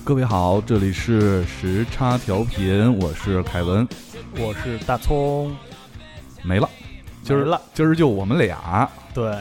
各位好，这里是时差调频，我是凯文， 我是大葱。 没了，今儿就我们俩。 对，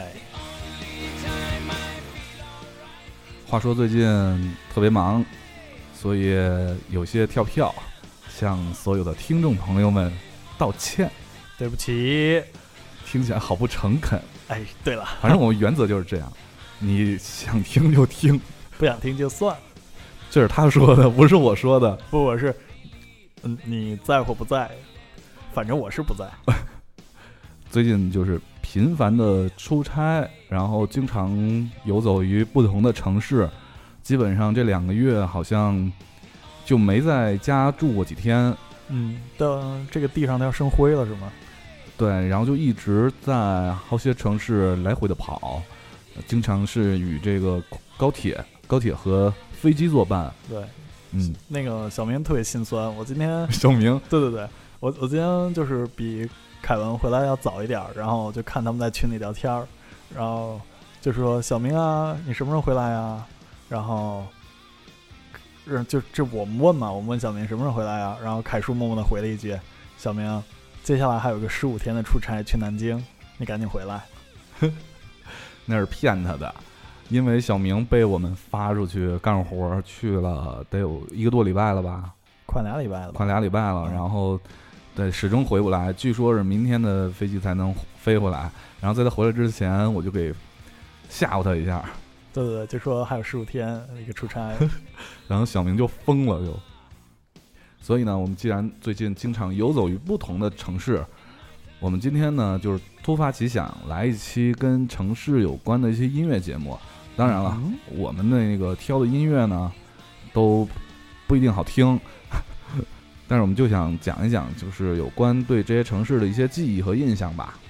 话说最近特别忙，所以有些跳票，向所有的听众朋友们道歉， 对不起。 听起来好不诚恳。 哎，对了， 反正我们原则就是这样，你想听就听， 不想听就算。 这是他说的，不是我说的。 不，我是，你在或不在，反正我是不在。 最近就是频繁的出差，然后经常游走于不同的城市，基本上这2个月好像就没在家住过几天。 的这个地上都要生灰了是吗？ 对，然后就一直在好些城市来回的跑，经常是与这个高铁和飞机作伴。 对，那个小明特别心酸。我今天小明， 对，我今天就是比凯文回来要早一点，然后就看他们在群里聊天，然后就说小明啊，你什么时候回来呀？然后就我们问嘛，我们问小明什么时候回来呀？然后凯叔默默的回了一句：小明，接下来还有个15天的出差去南京，你赶紧回来。 那是骗他的。因为小明被我们发出去干活去了，得有1个多礼拜了吧， 快俩礼拜了， 然后对始终回不来，据说是明天的飞机才能飞回来。然后在他回来之前，我就给吓唬他一下。 对，就说还有15天一个出差， 然后小明就疯了就。所以呢，我们既然最近经常游走于不同的城市，我们今天呢就是突发奇想来一期跟城市有关的一些音乐节目。当然了，我们那个挑的音乐呢都不一定好听，但是我们就想讲一讲，就是有关对这些城市的一些记忆和印象吧。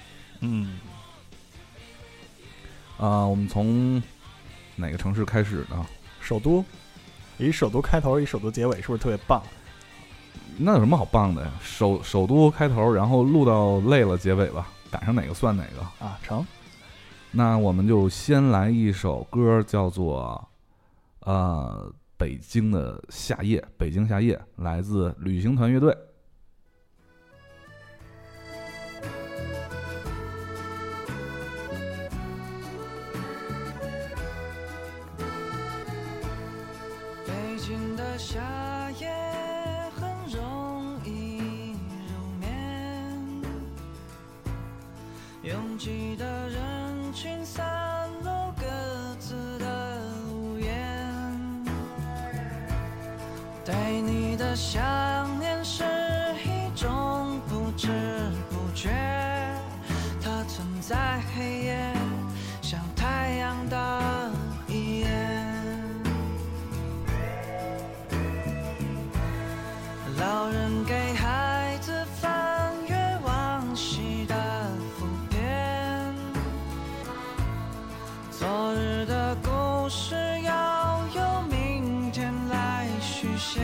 我们从哪个城市开始呢？ 首都，以首都开头，以首都结尾，是不是特别棒？ 那有什么好棒的呀？首都开头，然后录到累了结尾吧，赶上哪个算哪个啊？成。那我们就先来一首歌，叫做北京的夏夜，北京夏夜，来自旅行团乐队。 北京的夏夜很容易入眠，拥挤的人群散落各自的屋檐，对你的想念是一种不知不觉，它存在黑夜，像太阳的一眼。老人给孩子翻阅往昔的浮篇，昨日的故事要由明天来续写，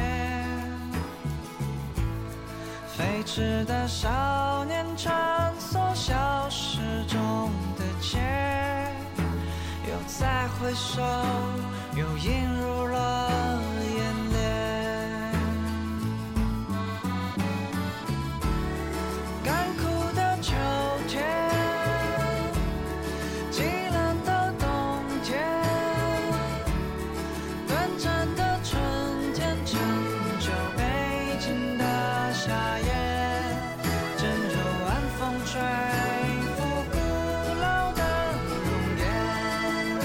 飞驰的少年穿梭消失中的街，又再回首，又映入了眼帘。干枯的秋天，寂冷的冬天，短暂的春天，成就北京的夏夜，正如晚风吹拂古老的容颜。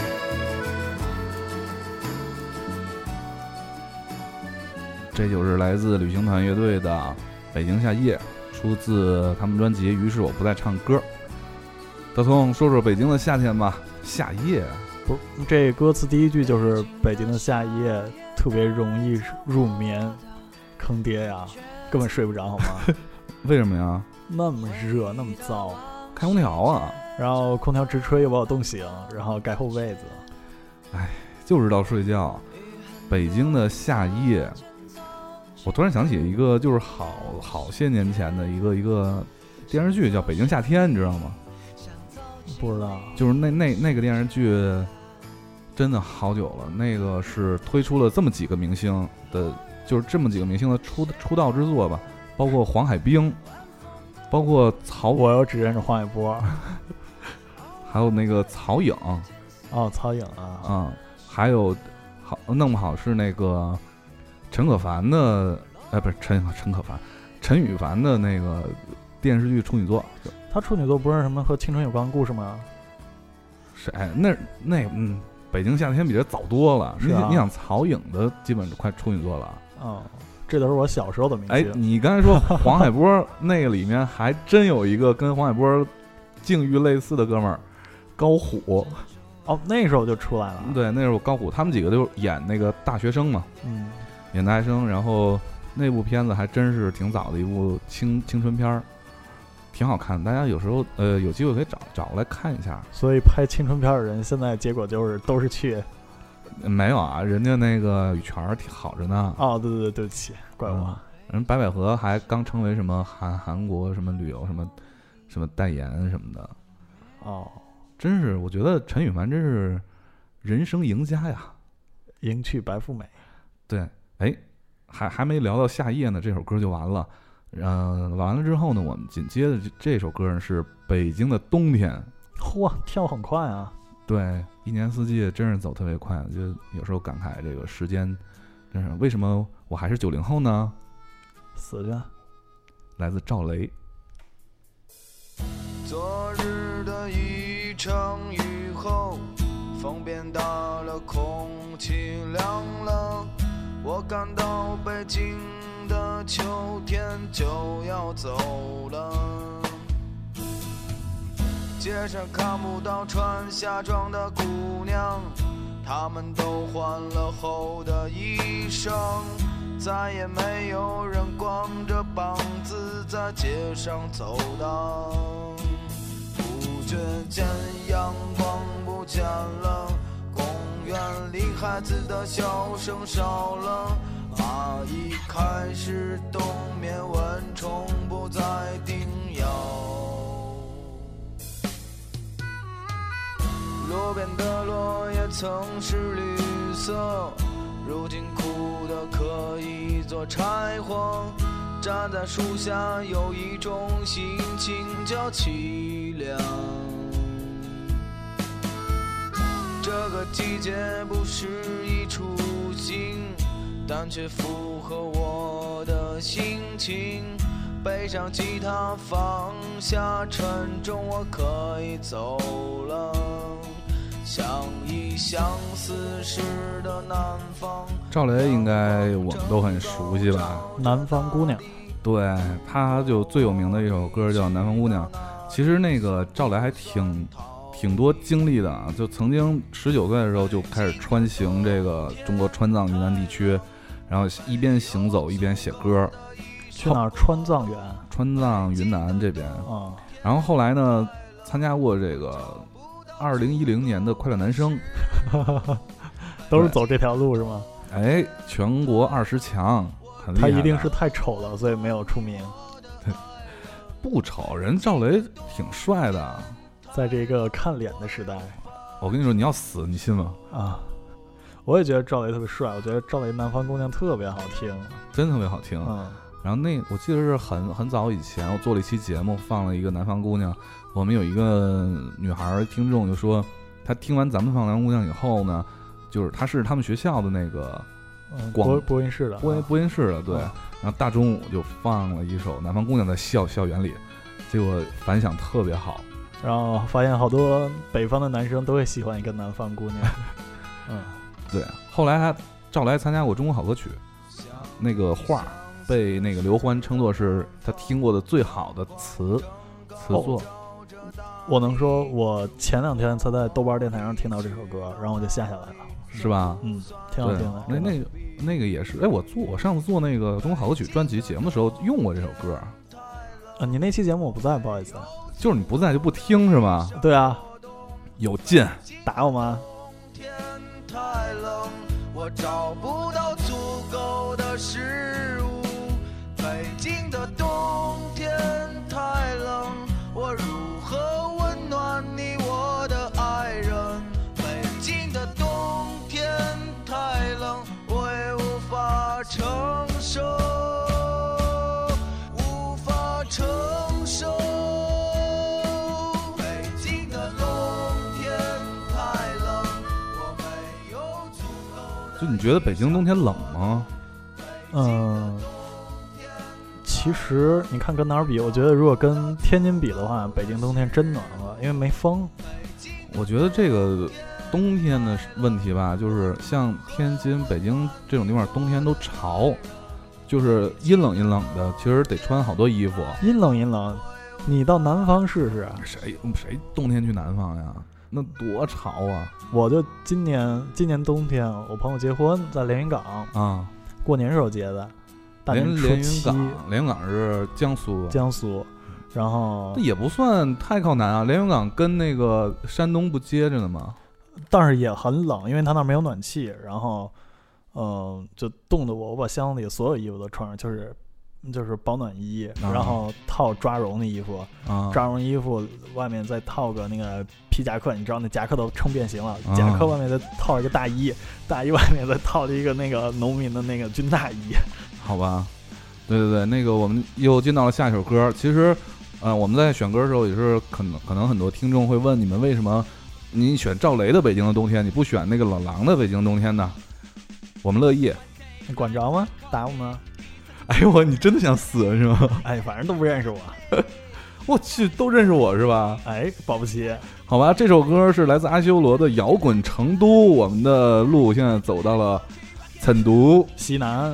这就是来自旅行团乐队的《北京夏夜》，出自他们专辑《于是我不再唱歌》。大葱，说说北京的夏天吧。夏夜不是，这歌词第一句就是北京的夏夜特别容易入眠，坑爹呀，根本睡不着好吗？ 为什么呀？ 那么热，那么糟， 开空调啊， 然后空调直吹又把我冻醒，然后盖厚被子。 就知道睡觉。北京的夏夜，我突然想起一个，就是好些年前的一个电视剧，叫《北京夏天》，你知道吗？ 不知道， 就是那个电视剧， 真的好久了。那个是推出了这么几个明星的，就是这么几个明星的出道之作吧，包括黄海冰，包括我又只认识黄海波， 还有那个曹颖。 哦，曹颖啊， 还有弄不好是那个陈可凡的，不是陈可凡，陈羽凡的那个电视剧处女作。 他处女作不是什么和青春有关的故事吗？ 是那北京夏天比这早多了。 是啊， 你想曹颖的基本快处女作了。 哦，这都是我小时候的明星。 你刚才说黄海波那个里面还真有一个跟黄海波境遇类似的哥们儿，高虎。 哦，那时候就出来了。 对，那时候高虎他们几个就演那个大学生嘛，演大学生。然后那部片子还真是挺早的一部青春片儿，挺好看。大家有时候有机会可以找来看一下。 所以拍青春片的人现在结果就是都是去。 没有啊，人家那个羽泉挺好着呢。 哦，对不起，怪我。 人白百合还刚成为什么韩国什么旅游什么代言什么的。 哦。 真是，我觉得陈羽凡真是人生赢家呀， 迎娶白富美。 对，还没聊到下夜呢，这首歌就完了。完了之后呢，我们紧接着这首歌呢是《北京的冬天》。 嚯，跳很快啊！ 对，一年四季真是走特别快，就有时候感慨这个时间，真是为什么我还是90后呢？ 死去。 来自赵雷。 昨日的一场雨后，风变大了，空气凉了，我感到北京的秋天就要走了。街上看不到穿夏装的姑娘，她们都换了厚的衣裳，再也没有人光着膀子在街上走荡。不觉间阳光不见了，公园里孩子的笑声少了，蚂蚁开始冬眠，蚊虫不再叮咬。路边的落叶曾是绿色，如今枯的可以做柴火，站在树下有一种心情叫凄凉。这个季节不是一出行，但却符合我的心情，背上吉他放下沉重，我可以走了，想一想似时的南方。 赵雷应该我们都很熟悉吧？ 南方姑娘。 对，他就最有名的一首歌叫《南方姑娘》。其实那个赵雷还挺多经历的啊，就曾经19岁的时候就开始穿行这个中国川藏云南地区，然后一边行走一边写歌。 去哪儿？川藏远？ 川藏云南这边。然后后来呢，参加过这个2010年的快乐男声。 都是走这条路是吗？ 全国20强，很厉害。 他一定是太丑了，所以没有出名。 不丑，人赵雷挺帅的。 在这个看脸的时代， 我跟你说，你要死，你信吗？ 啊，我也觉得赵雷特别帅，我觉得赵雷《南方姑娘》特别好听， 真特别好听。然后我记得是很早以前，我做了一期节目，放了一个《南方姑娘》。我们有一个女孩听众就说，她听完咱们放《南方姑娘》以后呢，就是她是他们学校的那个播音室的， 播音室的，对。然后大中午就放了一首《南方姑娘》在校园里，结果反响特别好。 然后发现好多北方的男生都会喜欢一个南方姑娘。 对。后来赵雷参加过中国好歌曲，那个画被那个刘欢称作是他听过的最好的词作。 我能说，我前2天才在豆瓣电台上听到这首歌，然后我就下下来了， 是吧？ 挺好听的。 那个也是，我上次做那个中国好歌曲专辑节目的时候用过这首歌。 你那期节目我不在，不好意思。 就是你不在就不听是吧？ 对啊， 有劲， 打我吗？ 天太冷，我找不到足够的食物。北京的冬天太冷，我如何温暖你我的爱人？北京的冬就你觉得北京冬天冷吗？ 其实你看跟哪儿比，我觉得如果跟天津比的话，北京冬天真暖和，因为没风。 我觉得这个冬天的问题吧，就是像天津、北京这种地方，冬天都潮，就是阴冷阴冷的，其实得穿好多衣服。 阴冷阴冷，你到南方试试。 谁冬天去南方呀？那多潮啊！ 我就今年冬天，我朋友结婚在连云港啊，过年时候结的。 连云港是江苏，然后也不算太靠南啊。连云港跟那个山东不接着呢吗？ 但是也很冷，因为它那儿没有暖气，然后就冻得我把箱子里所有衣服都穿上，就是保暖衣，然后套抓绒的衣服，抓绒衣服外面再套个那个皮夹克，你知道那夹克都撑变形了，夹克外面再套一个大衣，大衣外面再套了一个那个农民的那个军大衣。 好吧，对，那个我们又进到了下一首歌。其实，我们在选歌的时候也是可能很多听众会问你们为什么你选赵雷的《北京的冬天》，你不选那个老狼的《北京冬天》呢？我们乐意。 你管着吗？打我们？ 哎呦你真的想死是吗？ 哎，反正都不认识我。 我去，都认识我是吧？ 哎，保不齐。 好吧，这首歌是来自阿修罗的《摇滚成都》。我们的路现在走到了成都西南。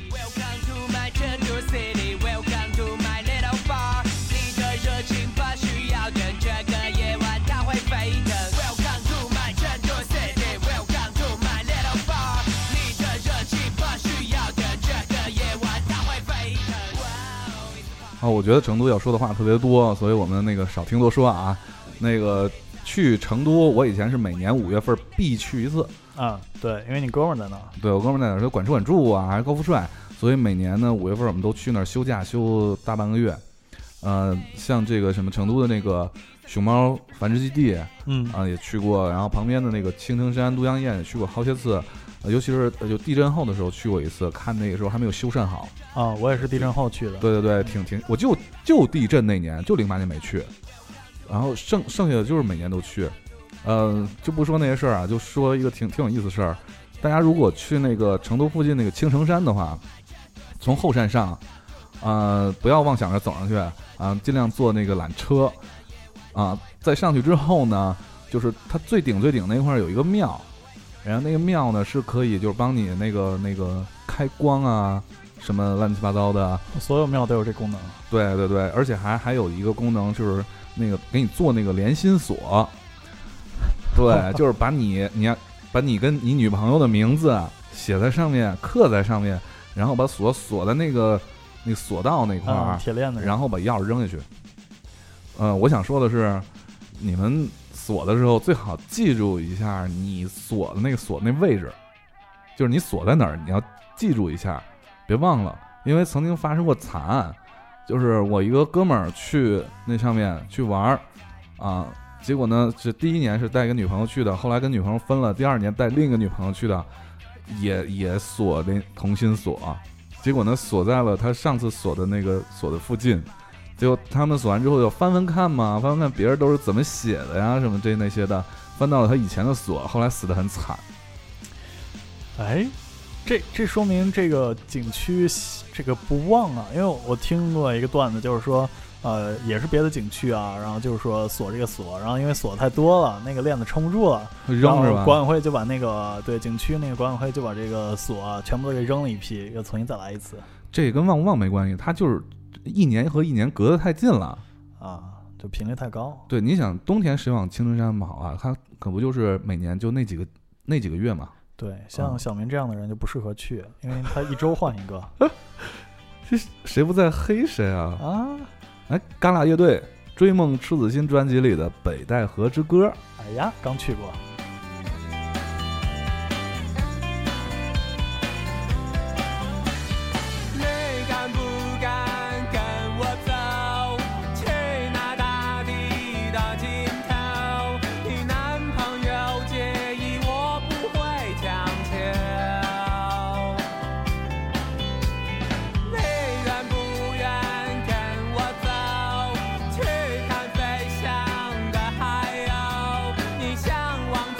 我觉得成都要说的话特别多，所以我们那个少听多说啊。那个去成都，我以前是每年5月份必去一次啊。对，因为你哥们儿在那儿。 对，我哥们儿在那儿，就管吃管住啊，还是高富帅，所以每年呢5月份我们都去那儿休假，休大半个月。像这个什么成都的那个熊猫繁殖基地，也去过，然后旁边的那个青城山都江堰也去过好些次。尤其是就地震后的时候去过一次，看那个时候还没有修缮好啊。我也是地震后去的。 对，挺，我就地震那年，就08年没去，然后剩下的就是每年都去。就不说那些事儿啊，就说一个挺有意思的事儿。大家如果去那个成都附近那个青城山的话，从后山上，不要妄想着走上去啊，尽量坐那个缆车啊。再上去之后呢，就是它最顶那块有一个庙。然后那个庙呢是可以就是帮你那个开光啊，什么乱七八糟的， 所有庙都有这功能。 对，而且还有一个功能就是那个给你做那个连心锁，对，就是把你跟你女朋友的名字写在上面，刻在上面，然后把锁在那个锁道那块铁链子， 然后把钥匙扔下去。我想说的是，你们锁的时候最好记住一下你锁的那个锁那位置，就是你锁在哪儿，你要记住一下，别忘了。因为曾经发生过惨案，就是我一个哥们儿去那上面去玩啊，结果呢是第1年是带一个女朋友去的，后来跟女朋友分了，第2年带另一个女朋友去的，也锁那同心锁，结果呢锁在了他上次锁的那个锁的附近。结果他们锁完之后要翻看嘛，翻看别人都是怎么写的呀，什么这那些的，翻到了他以前的锁，后来死得很惨。 哎，这说明这个景区这个不旺啊，因为我听过一个段子，就是说也是别的景区啊，然后就是说锁这个锁，然后因为锁太多了，那个链子撑不住了， 扔是吧？ 管委会就把那个景区那个管委会就把这个锁全部都给扔了一批，又重新再来一次。 这跟旺不旺没关系，它就是1年和1年隔得太近了啊，就频率太高。 对，你想冬天谁往青城山跑啊？它可不就是每年就那几个月嘛？ 对，像小明这样的人就不适合去，因为他1周换一个。 谁不在黑谁啊？ 啊！ 哎，嘎啦乐队《追梦赤子心》专辑里的《北戴河之歌》。 哎呀，刚去过。 向往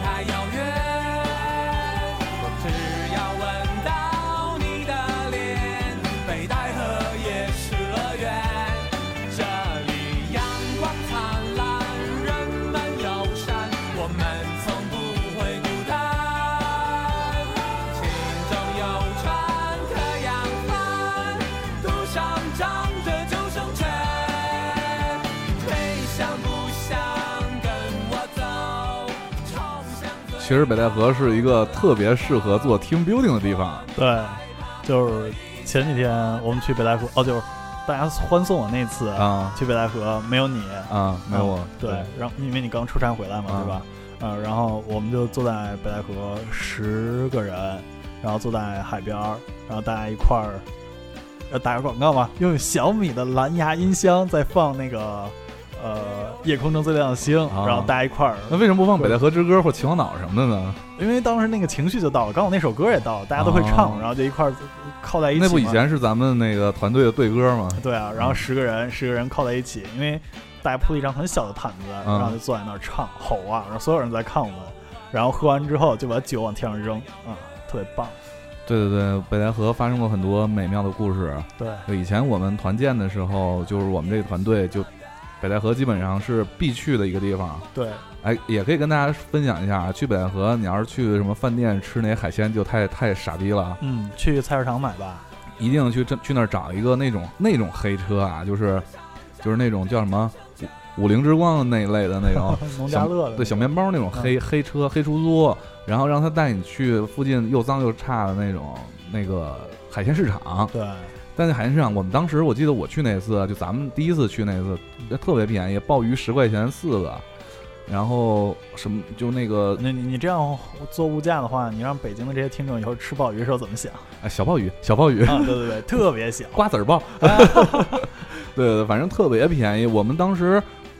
还遥远，我只要闻到你的脸，北戴河夜市乐园，这里阳光灿烂，人们友善，我们从不会孤单，心中有船可扬帆，路上长着救生圈，飞翔不想跟我走，冲向最其实北戴河是一个特别适合做 team building 的地方。 对，就是前几天我们去北戴河，就是大家欢送我那次啊去北戴河，没有你啊，没有我。 对，然后因为你刚出差回来嘛， 啊对吧？然后我们就坐在北戴河10个人，然后坐在海边，然后大家一块儿要打个广告嘛，用小米的蓝牙音箱在放那个夜空中最亮的星，然后大家一块儿。 那为什么不放北戴河之歌或秦皇岛什么的呢？ 因为当时那个情绪就到了，刚好那首歌也到了，大家都会唱，然后就一块儿靠在一起。 那不以前是咱们那个团队的队歌吗？ 对啊，然后10个人靠在一起，因为大家铺了一张很小的毯子，然后就坐在那儿唱吼啊，然后所有人在看我们，然后喝完之后就把酒往天上扔，特别棒。 对对对，北戴河发生过很多美妙的故事。 对， 以前我们团建的时候，就是我们这个团队就北戴河基本上是必去的一个地方。 对， 哎，也可以跟大家分享一下，去北戴河，你要是去什么饭店吃那些海鲜，就太傻逼了。 去菜市场买吧， 一定去那儿找一个那种黑车啊，就是那种叫什么五菱之光那一类的那种农家乐的对小面包那种黑车黑出租，然后让他带你去附近又脏又差的那个海鲜市场。 对。 但那海鲜市场，我们当时我记得我去那次，就咱们第一次去那次，特别便宜，鲍鱼10块钱4个，然后什么就那个， 你这样做物价的话，你让北京的这些听众以后吃鲍鱼的时候怎么想？ 哎，小鲍鱼啊，对对对，特别小， 瓜子儿鲍，对，反正特别便宜。我们当时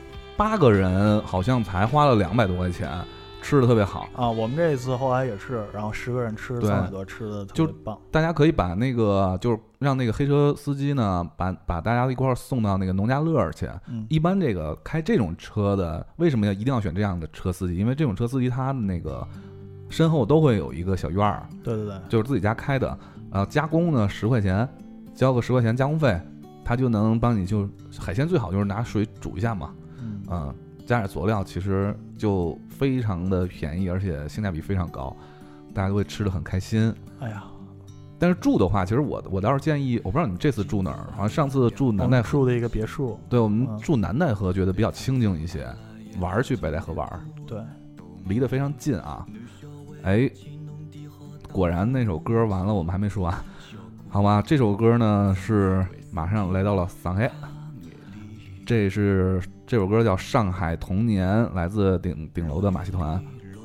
8个人好像才花了200多块钱。吃的特别好啊！我们这一次后来也是，然后10个人吃300多，吃的特别棒。 大家可以把那个就是让那个黑车司机呢，把大家一块儿送到那个农家乐去。一般这个开这种车的，为什么一定要选这样的车司机？因为这种车司机他的那个身后都会有一个小院儿， 对对对， 就是自己家开的。加工呢10块钱，交个10块钱加工费，他就能帮你就海鲜最好就是拿水煮一下嘛，加点佐料，其实就非常的便宜，而且性价比非常高，大家都会吃得很开心。 哎呀， 但是住的话，其实我倒是建议，我不知道你们这次住哪儿，好像上次住南戴河， 住的一个别墅。 对，我们住南戴河，觉得比较清静一些，玩去北戴河玩， 对， 离得非常近啊。哎，果然那首歌完了，我们还没说完，好吧？这首歌呢是马上来到了上海。这首歌叫《上海童年》，来自顶楼的马戏团。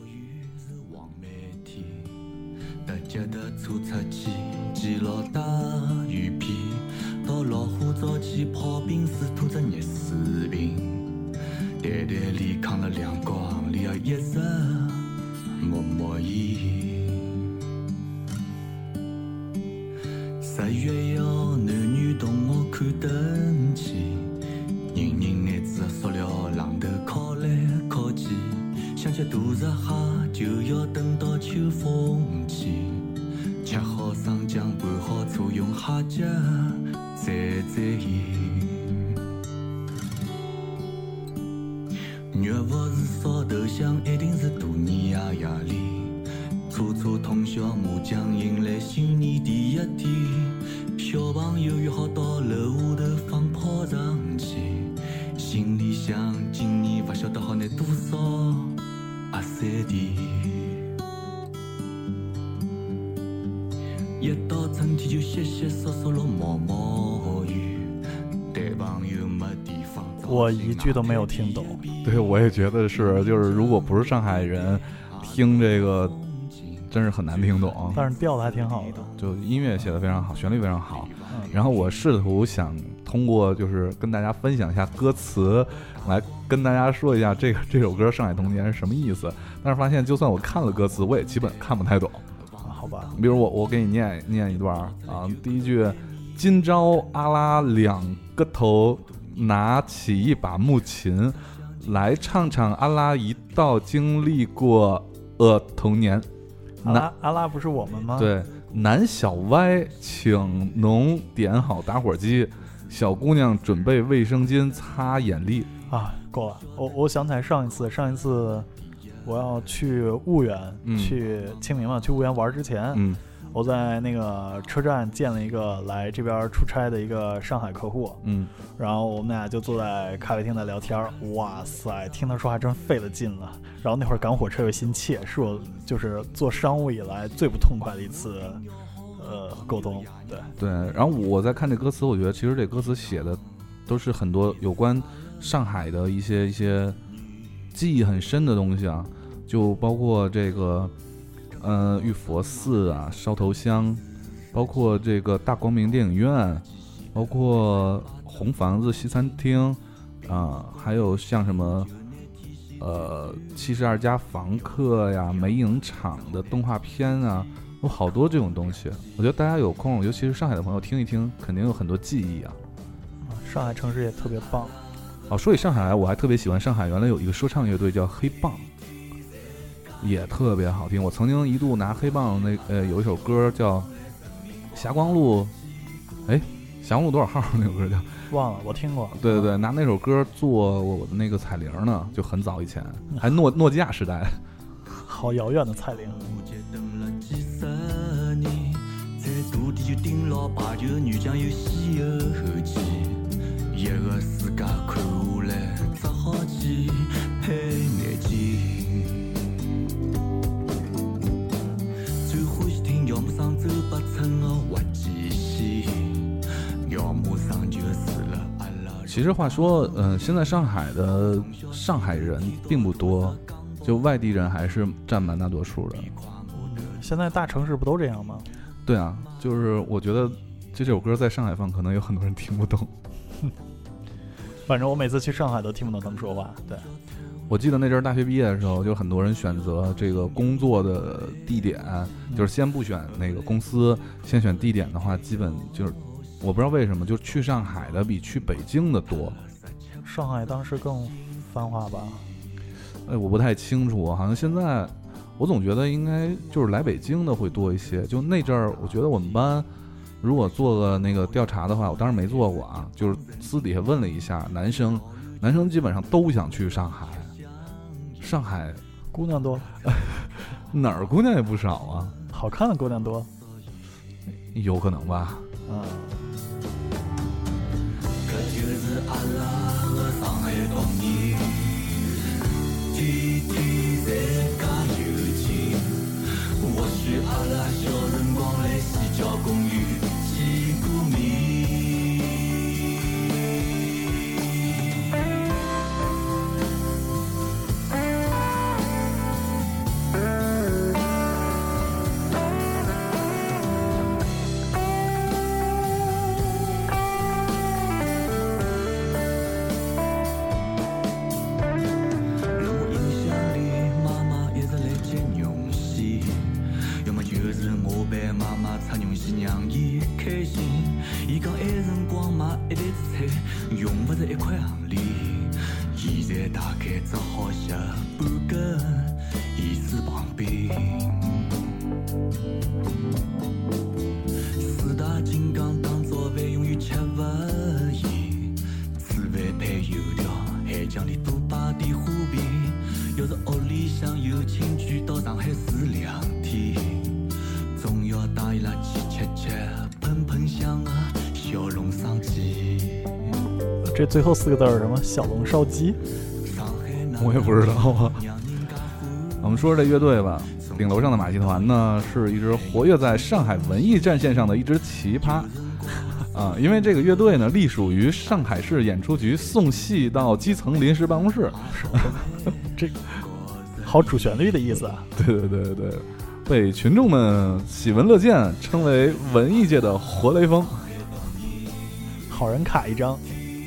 大家的出租机记了大鱼皮，到老虎灶去泡冰水，吐着热水瓶，袋袋里扛了2光里啊一直默默伊。10月要男女同学看灯起。人人拿着塑料榔头敲来敲去，想吃大闸蟹就要等到秋风起，吃好生姜拌好醋用虾酱蘸盐。肉不是烧头香，一定是大年夜里，初初通宵麻将迎来新年第一天，小朋友约好到楼下头放炮仗去。心里想，今年不晓得好拿多少阿三甜。一到春天就稀稀疏疏落毛毛雨，带朋友没地方。 我一句都没有听懂。 对，我也觉得是，就是如果不是上海人，听这个真是很难听懂。 但是调子还挺好的， 就音乐写得非常好，旋律非常好。然后我试图想通过就是跟大家分享一下歌词，来跟大家说一下这首歌《上海童年》是什么意思。但是发现就算我看了歌词，我也基本看不太懂。 好吧， 比如我给你念一段啊，第一句：今朝阿拉2个头拿起一把木琴，来唱唱阿拉一道经历过童年。 阿拉不是我们吗？ 对，男小歪请侬点好打火机，小姑娘准备卫生巾擦眼力。 啊，够了！我想起来上一次我要去婺源，去清明嘛，去婺源玩之前，我在那个车站见了一个来这边出差的一个上海客户，然后我们俩就坐在咖啡厅在聊天，哇塞，听他说话真费了劲了。然后那会儿赶火车又心切，是我就是做商务以来最不痛快的一次沟通。对， 然后我在看这歌词，我觉得其实这歌词写的都是很多有关上海的一些记忆很深的东西啊，就包括这个玉佛寺啊、烧头香，包括这个大光明电影院，包括红房子西餐厅啊，还有像什么72家房客呀、美影厂的动画片啊，有好多这种东西。我觉得大家有空，尤其是上海的朋友听一听，肯定有很多记忆啊。 上海城市也特别棒。 说起上海来，我还特别喜欢上海原来有一个说唱乐队叫黑棒，也特别好听。我曾经一度拿黑棒有一首歌叫霞光路，霞光路多少号那首歌叫忘了，我听过。 对，拿那首歌做我的那个彩铃呢，就很早以前，还诺基亚时代。 好遥远的彩铃。 一个世界看下来，只好去配眼镜。最欢喜听摇木上走不成的滑稽戏，摇木上就是了阿拉。 其实话说，现在上海的上海人并不多，就外地人还是占蛮大多数的。 现在大城市不都这样吗？ 对啊，就是我觉得这首歌在上海放，可能有很多人听不懂。 反正我每次去上海都听不懂他们说话。对， 我记得那阵儿大学毕业的时候，就很多人选择这个工作的地点，就是先不选那个公司，先选地点的话，基本就是我不知道为什么，就去上海的比去北京的多。 上海当时更繁华吧？ 我不太清楚，好像现在我总觉得应该就是来北京的会多一些。就那阵儿，我觉得我们班如果做个那个调查的话，我当然没做过啊，就是私底下问了一下，男生基本上都想去上海。上海姑娘多， 哪儿姑娘也不少啊， 好看的姑娘多， 有可能吧。 这就是阿拉和上海童年，天天在加油情。或许阿拉小辰光来西郊公园见过面。 这最后4个字是什么？小笼烧鸡？ 我也不知道啊。我们说说这乐队吧。顶楼上的马戏团呢，是一支活跃在上海文艺战线上的一支奇葩啊。因为这个乐队呢，隶属于上海市演出局送戏到基层临时办公室。 这好主旋律的意思啊。 对，被群众们喜闻乐见，称为文艺界的活雷锋。 好人卡一张。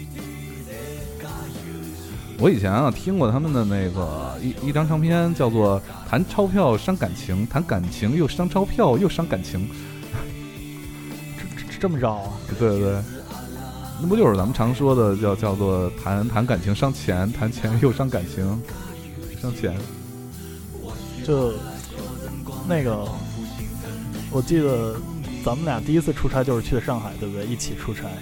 我以前啊听过他们的那个一张唱片，叫做《谈钞票伤感情，谈感情又伤钞票又伤感情》。 这么绕啊？ 对，那不就是咱们常说的叫做谈感情伤钱，谈钱又伤感情，伤钱。 就那个，我记得咱们俩第一次出差就是去的上海，对不对？一起出差。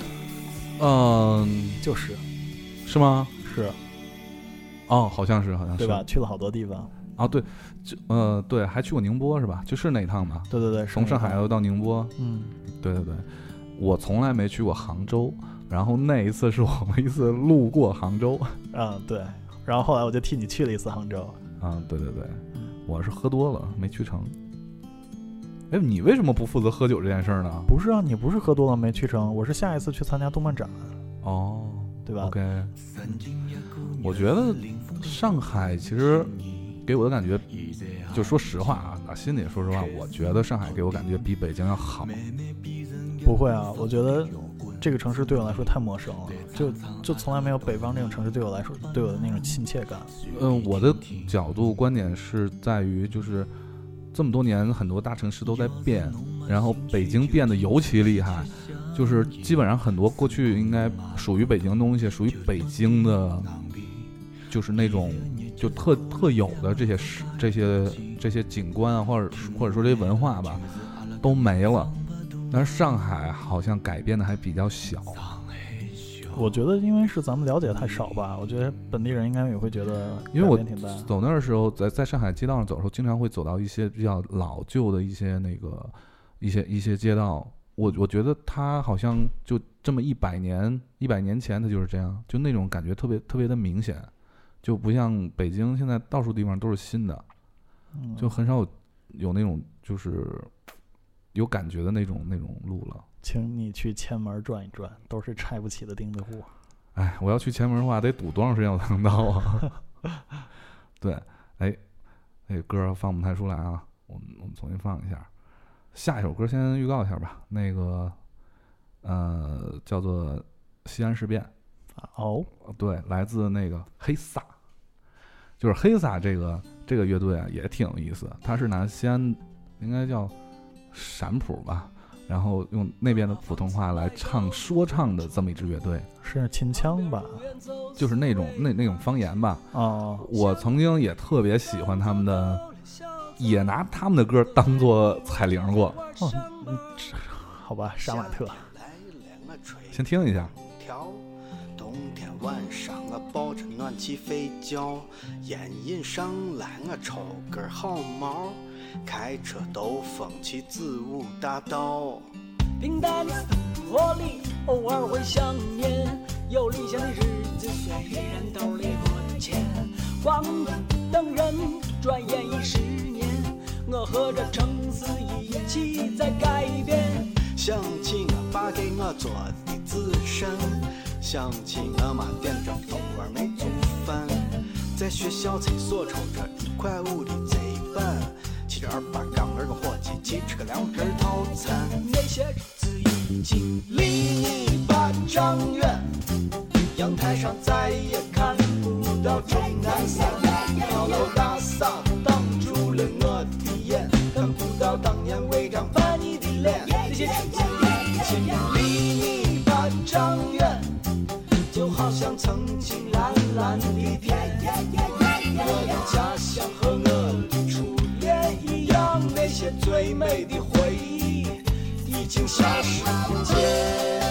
是吗？ 是。 哦，好像是， 对吧？去了好多地方。 啊，对，对，还去过宁波是吧？就是那一趟吧。 对对对， 从上海又到宁波。对对对，我从来没去过杭州，然后那一次是我们一次路过杭州。 对，然后后来我就替你去了一次杭州。 对对对，我是喝多了没去成。哎，你为什么不负责喝酒这件事呢？ 不是啊，你不是喝多了没去成，我是下一次去参加动漫展。 哦， 对吧 ？OK， 我觉得上海其实给我的感觉，就说实话啊，打心里说实话，我觉得上海给我感觉比北京要好。 不会啊，我觉得这个城市对我来说太陌生了，就从来没有北方这种城市对我来说对我的那种亲切感。 我的角度观点是在于，就是这么多年很多大城市都在变，然后北京变得尤其厉害，就是基本上很多过去应该属于北京的东西，属于北京的，就是那种就特有的这些景观啊，或者说这些文化吧，都没了。但是上海好像改变的还比较小。 我觉得因为是咱们了解太少吧，我觉得本地人应该也会觉得因为我挺大。 走那儿的时候，在上海街道上走的时候，经常会走到一些比较老旧的一些一些街道。我觉得它好像就这么100年前它就是这样，就那种感觉特别的明显，就不像北京现在到处地方都是新的，就很少有那种就是有感觉的那种路了。 请你去前门转一转，都是拆不起的钉子户。 哎，我要去前门的话，得堵多长时间我才能到啊？对，哎，那个歌放不太出来啊，我们重新放一下。下一首歌先预告一下吧，那个叫做《西安事变》。 哦， 对，来自那个黑撒，就是黑撒这个乐队啊，也挺有意思。他是拿西安应该叫陕普吧。然后用那边的普通话来说唱的这么一支乐队， 是秦腔吧？ 就是那种方言吧。 哦， 我曾经也特别喜欢他们的，也拿他们的歌当做彩铃过。 好吧，杀马特。 先听一下。 冬天晚上抱着暖气睡觉，烟瘾上来抽根好毛。开车兜风去子午大道， 平淡的生活里偶尔会想念，有理想的日子虽然兜里没钱，光等人转眼已10年，我和这城市一起在改变。 想起我爸给我做的紫参，想起我妈点着蜂窝煤做饭，在学校厕所抽着1块5的贼板，骑着288杠儿个伙计，去吃个2根套餐。 那些日子已经离你8丈远，阳台上再也看不到钟南山，高楼大厦挡住了我的眼，看不到当年违章把你的脸。那些日子已经离你8丈远，就好像曾经蓝蓝的天，我的家乡和我的初恋一样，那些最美的回忆已经消失不见。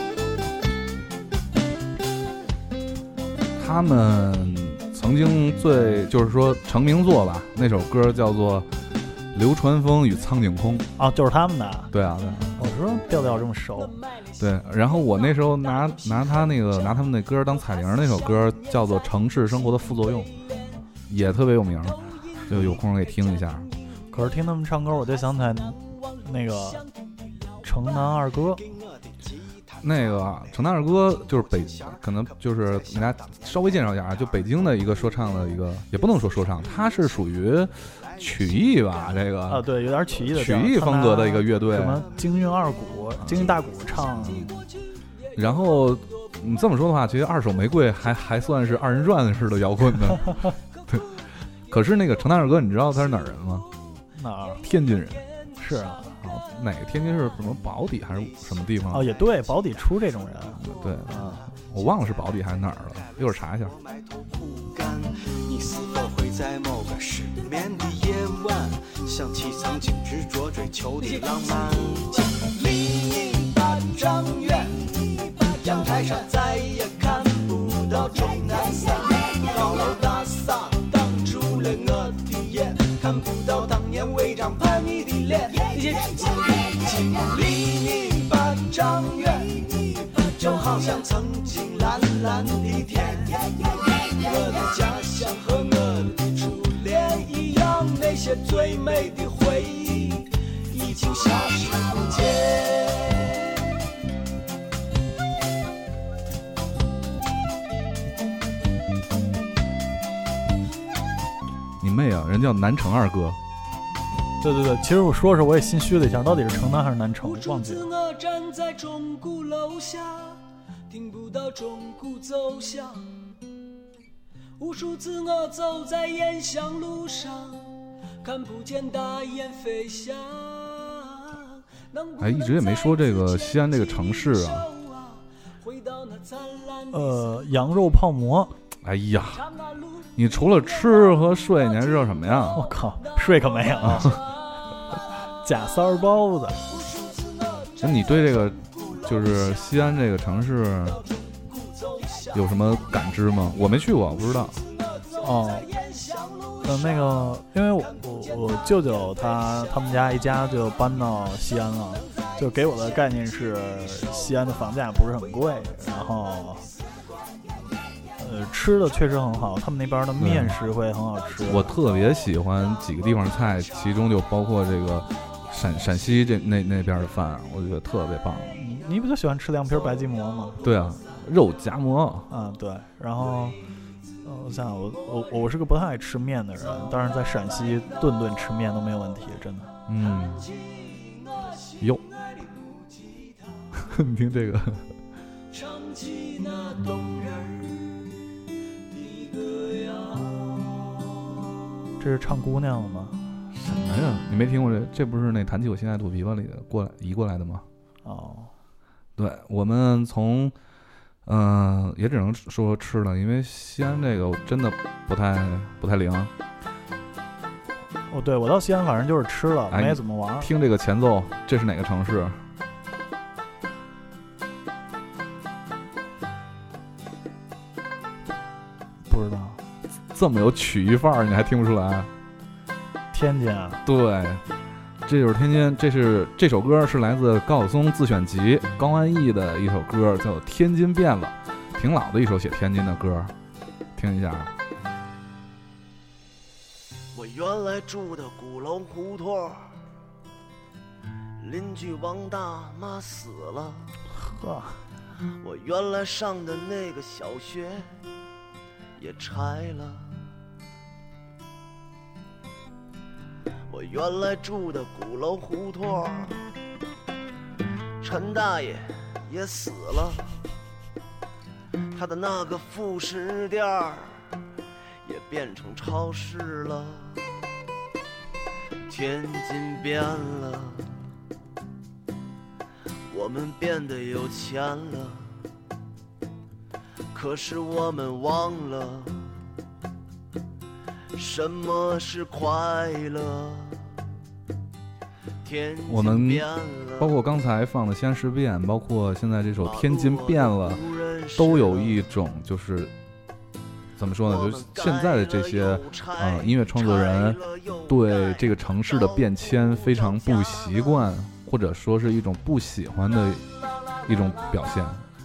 他们曾经就是说成名作吧，那首歌叫做《流川枫与苍井空》。 哦，就是他们的。 对啊，对啊。 我说调调这么熟。 对，然后我那时候拿他们那歌当彩铃，那首歌叫做《城市生活的副作用》，也特别有名，就有空给听一下。 可是听他们唱歌，我就想起来那个城南二哥。 那个城南二哥就是可能就是给大家稍微介绍一下啊，就北京的一个说唱的一个，也不能说唱，它是属于曲艺吧，这个啊，对，有点曲艺的曲艺风格的一个乐队， 什么京韵二鼓、京韵大鼓唱。 然后你这么说的话，其实二手玫瑰还算是2人转式的摇滚的。对，可是那个城南二哥，你知道他是哪儿人吗？ 哪儿？ 天津人。 是啊。 哪个天津市什么宝坻还是什么地方？ 哦，也对，宝坻出这种人。 对啊，我忘了是宝坻还是哪儿了，一会儿查一下。 你是否会在某个失眠的夜晚，想起曾经执着追求的浪漫。另一半张远，阳台上再也看不到钟南山，高楼大厦挡住了我的眼，看不到当年违章叛逆的脸。那些只经另一半张远，就好像曾经蓝蓝的天。我的家乡和我的初恋一样，那些最美的回忆已经消失不见。 你妹啊，人叫南城二哥。 对对对，其实我说时我也心虚了一下，到底是城南还是南城，忘记了。 我站在钟鼓楼下，听不到钟鼓奏响。无数次我走在烟香路上，看不见大雁飞翔。 哎，一直也没说这个西安这个城市啊。 羊肉泡馍。 哎呀，你除了吃和睡，你还知道什么呀？ 我靠，睡可没有。假三儿包子。 那你对这个就是西安这个城市有什么感知吗？我没去过，我不知道。 哦，那个，因为我舅舅他们家一家就搬到西安了，就给我的概念是西安的房价不是很贵，然后吃的确实很好，他们那边的面食会很好吃。 我特别喜欢几个地方菜，其中就包括这个陕西那边的饭，我觉得特别棒。 你不就喜欢吃凉皮白吉馍吗？ 对啊，肉夹馍。 对。然后，我想我是个不太爱吃面的人，但是在陕西顿吃面都没有问题，真的。 哟，你听这个。 这是唱姑娘了吗？ 什么呀？你没听过这？这不是那弹起我心爱肚皮吧里的移过来的吗？ 哦， 对，我们从也只能说吃了，因为西安这个真的不太灵。 对，我到西安反正就是吃了，没怎么玩。 听这个前奏，这是哪个城市？ 不知道。 这么有曲艺范儿，你还听不出来？ 天津啊？ 对，这就是天津。这首歌是来自高晓松自选集高安逸的一首歌，叫《天津变了》，挺老的一首写天津的歌，听一下。 我原来住的鼓楼胡同，邻居王大妈死了。 呵， 我原来上的那个小学也拆了。我原来住的鼓楼胡同，陈大爷也死了，他的那个副食店也变成超市了。天津变了，我们变得有钱了，可是我们忘了什么是快乐。 我们包括刚才放的《西安事变》，包括现在这首《天津变了》，都有一种就是怎么说呢？就是现在的这些音乐创作人对这个城市的变迁非常不习惯，或者说是一种不喜欢的一种表现。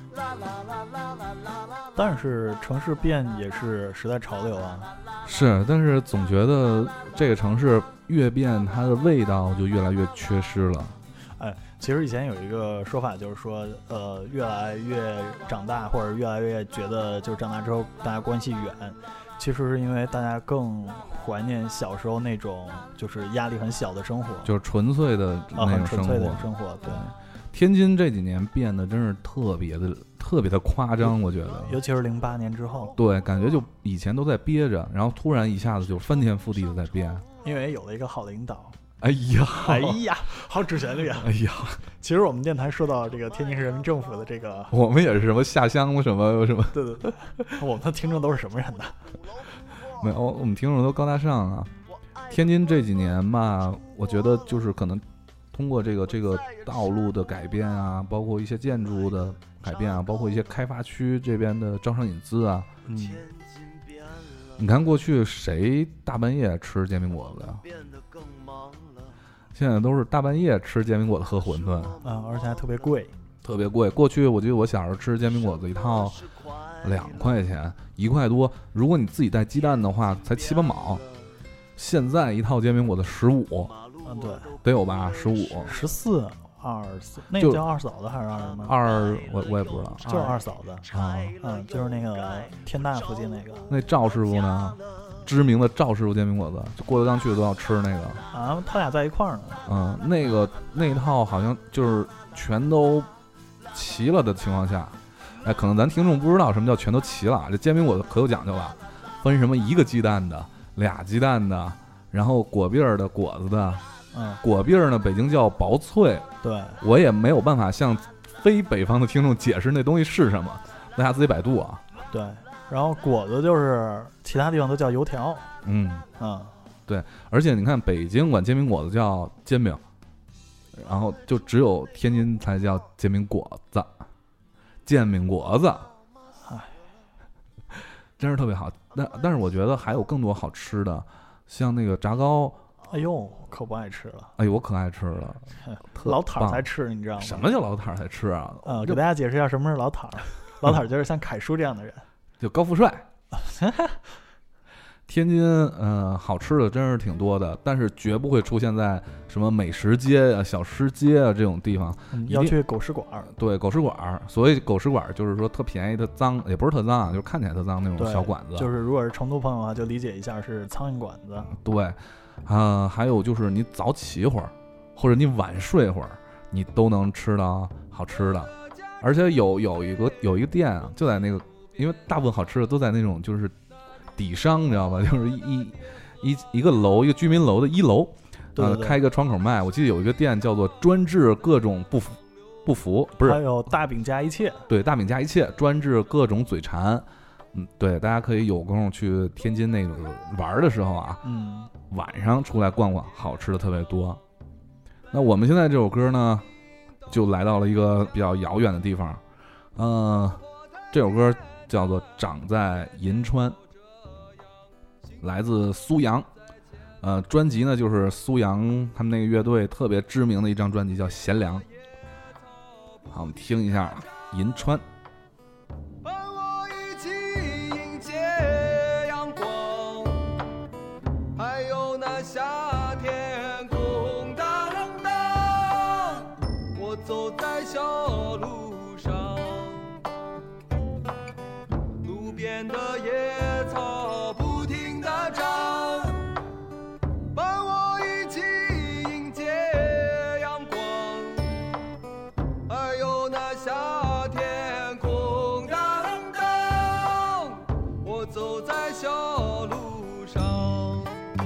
但是城市变也是时代潮流啊。 是，但是总觉得这个城市越变，它的味道就越来越缺失了。 其实以前有一个说法，就是说，越来越长大，或者越来越觉得，就是长大之后大家关系远，其实是因为大家更怀念小时候那种就是压力很小的生活， 就是纯粹的那种生活。 纯粹的生活，对。 天津这几年变得真是特别的夸张，我觉得， 尤其是08年之后， 对，感觉就以前都在憋着，然后突然一下子就翻天覆地的在变， 因为有了一个好领导。 哎呀， 好主旋律啊！ 哎呀， 其实我们电台受到这个天津市人民政府的这个， 我们也是什么下乡什么， 对，我们的听众都是什么人呢？ 没有，我们听众都高大上啊。天津这几年吧，我觉得就是可能通过这个道路的改变啊，包括一些建筑的改变啊，包括一些开发区这边的招商引资啊，你看过去谁大半夜吃煎饼果子呀？现在都是大半夜吃煎饼果子喝馄饨啊，而且还特别贵， 特别贵。过去我记得我小时候吃煎饼果子一套2块钱，1块多，如果你自己带鸡蛋的话才7、8毛。现在一套煎饼果子15， 对， 得有吧，15、 14、24，那个叫二嫂子还是二什么？ 我也不知道， 就是二嫂子啊，就是那个天大附近那个。 那赵师傅呢？知名的赵师傅煎饼果子，就郭德纲去的都要吃那个啊，他俩在一块儿呢。 那一套好像就是全都齐了的情况下，哎，可能咱听众不知道什么叫全都齐了，这煎饼果子可有讲究了，分什么1个鸡蛋的、2鸡蛋的，然后果篦儿的、果子的。果篦儿呢，北京叫薄脆。 对， 我也没有办法向非北方的听众解释那东西是什么，大家自己百度啊。 对。然后果子就是其他地方都叫油条， 对，而且你看北京管煎饼果子叫煎饼，然后就只有天津才叫煎饼果子，煎饼果子，真是特别好。但是我觉得还有更多好吃的，像那个炸糕， 哎呦，可不爱吃了， 哎呦，我可爱吃了， 老坛才吃，你知道吗？ 什么叫老坛才吃啊？ 给大家解释一下什么是老坛。老坛就是像凯叔这样的人。 就高富帅，天津好吃的真是挺多的，但是绝不会出现在什么美食街啊、小吃街啊这种地方， 要去狗食馆。 对，狗食馆，所谓狗食馆就是说特便宜、特脏，也不是特脏啊，就是看起来特脏那种小馆子。 就是如果是成都朋友的话，就理解一下是苍蝇馆子。 对，还有就是你早起一会儿，或者你晚睡一会儿，你都能吃到好吃的，而且有一个店就在那个。因为大部分好吃的都在那种就是底商，你知道吧？就是一个楼，一个居民楼的1楼，开一个窗口卖。我记得有一个店叫做专治各种不服，不是， 还有大饼加一切， 对，大饼加一切，专治各种嘴馋。对，大家可以有空去天津那个玩的时候啊，晚上出来逛逛，好吃的特别多。那我们现在这首歌呢，就来到了一个比较遥远的地方，这首歌叫做《长在银川》，来自苏阳，专辑呢就是苏阳他们那个乐队特别知名的一张专辑叫《贤良》。好，我们听一下《银川》。 和我一起迎接阳光，还有那夏天空荡荡，我走在小路上。边的野草不停地长，伴我一起迎接阳光，还有那夏天空荡荡，我走在小路上。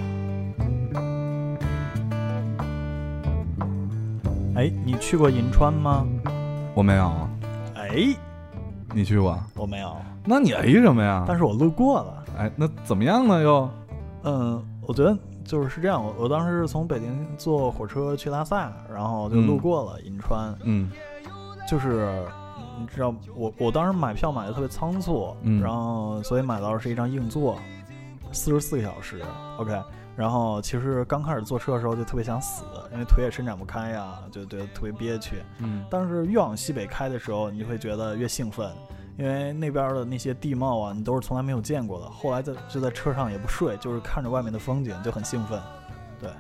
哎，你去过银川吗？ 我没有。 哎， 你去过？ 我没有。 那你什么呀？ 但是我路过了。 哎，那怎么样呢？又， 我觉得就是这样。我当时是从北京坐火车去拉萨，然后就路过了银川。就是你知道，我当时买票买的特别仓促，然后所以买到的是一张硬座，44个小时。OK， 然后其实刚开始坐车的时候就特别想死，因为腿也伸展不开呀，就觉得特别憋屈。但是越往西北开的时候，你就会觉得越兴奋。因为那边的那些地貌啊，你都是从来没有见过的。后来就在车上也不睡，就是看着外面的风景就很兴奋。对，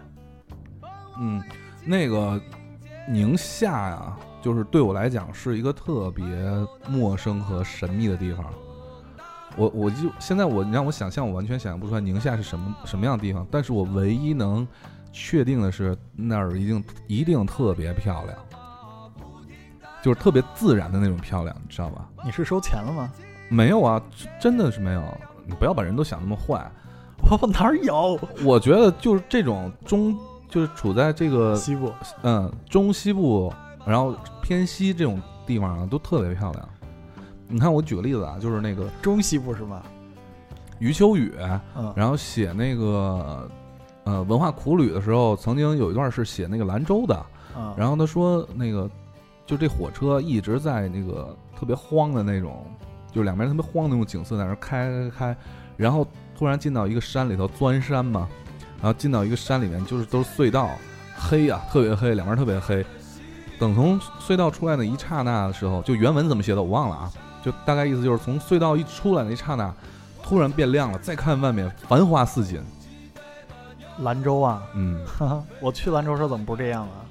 那个宁夏呀，就是对我来讲是一个特别陌生和神秘的地方。我就现在你让我想象，我完全想象不出来宁夏是什么样的地方。但是我唯一能确定的是，那儿一定特别漂亮。就是特别自然的那种漂亮，你知道吧？ 你是收钱了吗？ 没有啊，真的是没有。你不要把人都想那么坏。 我哪有？ 我觉得就是这种就是处在这个西部， 中西部，然后偏西这种地方啊，都特别漂亮。你看，我举个例子啊，就是那个中西部是吧？ 余秋雨， 嗯， 然后写那个文化苦旅的时候，曾经有一段是写那个兰州的， 嗯， 然后他说那个就这火车一直在那个特别荒的那种，就是两边特别荒的那种景色在那开，然后突然进到一个山里头钻山嘛，然后进到一个山里面就是都是隧道，黑啊，特别黑，两边特别黑。等从隧道出来的一刹那的时候，就原文怎么写的我忘了啊，就大概意思就是从隧道一出来的一刹那，突然变亮了，再看外面繁花似锦。 兰州啊， 嗯， 我去兰州时候怎么不是这样啊？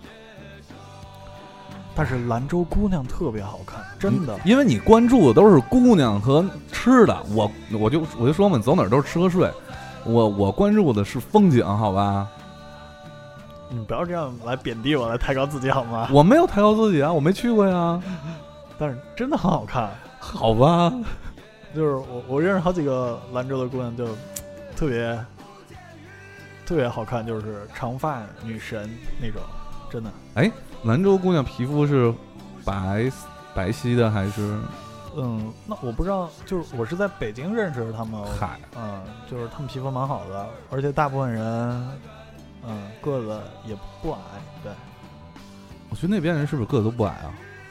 但是兰州姑娘特别好看，真的。 因为你关注的都是姑娘和吃的，我就说嘛，你走哪儿都是吃和睡，我关注的是风景，好吧？ 你不要这样来贬低我，来抬高自己好吗？ 我没有抬高自己啊，我没去过呀。 但是真的很好看， 好吧？ 就是我认识好几个兰州的姑娘，就特别好看，就是长发女神那种，真的。 哎，兰州姑娘皮肤是白皙的还是？ 那我不知道，就是我是在北京认识他们， 嗨， 就是他们皮肤蛮好的，而且大部分人，个子也不矮，对。 我觉得那边人是不是个子都不矮啊？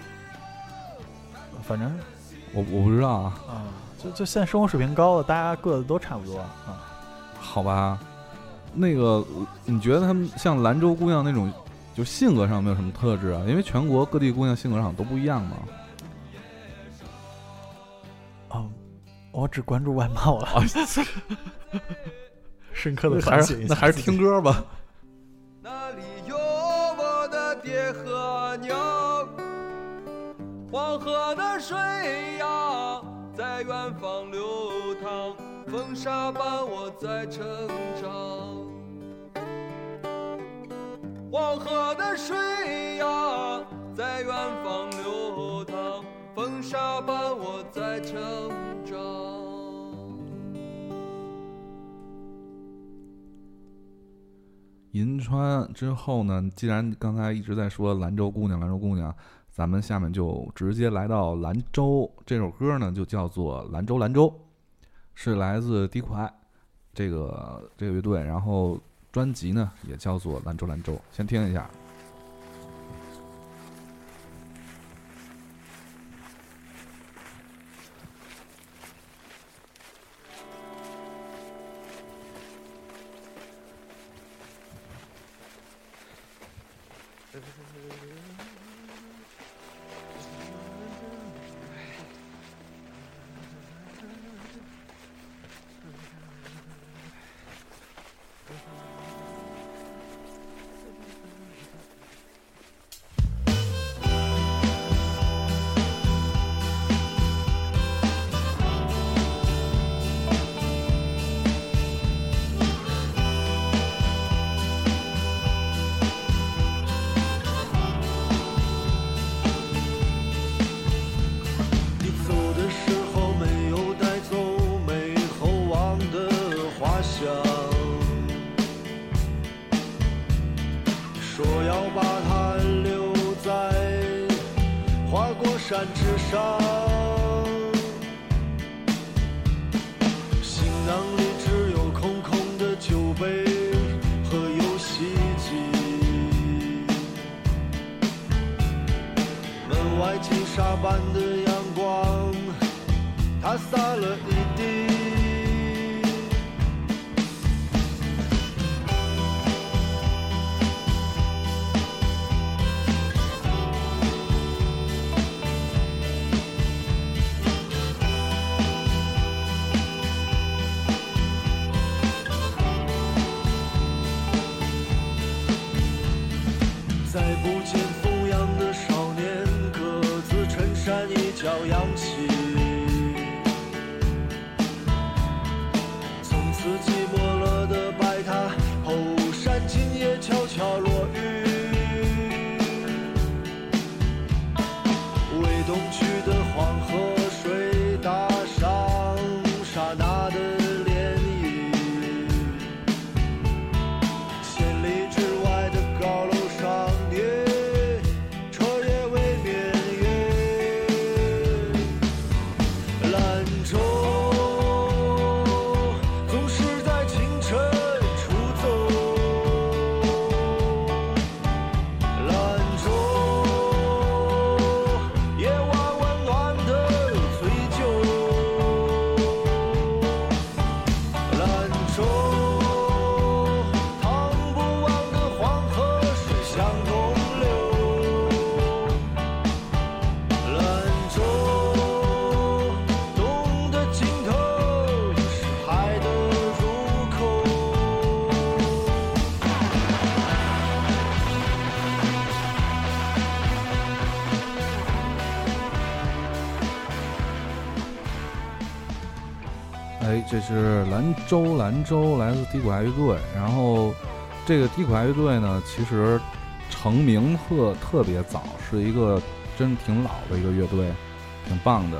反正我不知道啊。 就现在生活水平高的，大家个子都差不多啊。 好吧，那个你觉得他们像兰州姑娘那种，就性格上没有什么特质啊？因为全国各地姑娘性格上都不一样嘛。 我只关注外貌了。深刻的反省一下，那还是听歌吧。 那里有我的爹和娘，黄河的水呀在远方流淌，风沙伴我在成长。黄河的水呀在远方流淌，风沙伴我在成长。 银川之后呢，既然刚才一直在说兰州姑娘，咱们下面就直接来到兰州。这首歌呢就叫做《兰州兰州》，是来自迪可爱这个乐队，然后专辑呢也叫做《兰州兰州》，先听一下。 山之上，行囊里只有空空的酒杯和游戏机，门外金沙般的阳光，它洒了一地。再不见风扬的少年，各自衬衫一角扬起，从此寂寞了的白塔，后山今夜悄悄落雨，为东去的黄河水打上刹那的涟漪，千里之外的高楼上车也未眠月，兰州这是兰州来自低苦爱乐队。然后这个低苦爱乐队呢，其实成名特别早，是一个真挺老的一个乐队，挺棒的。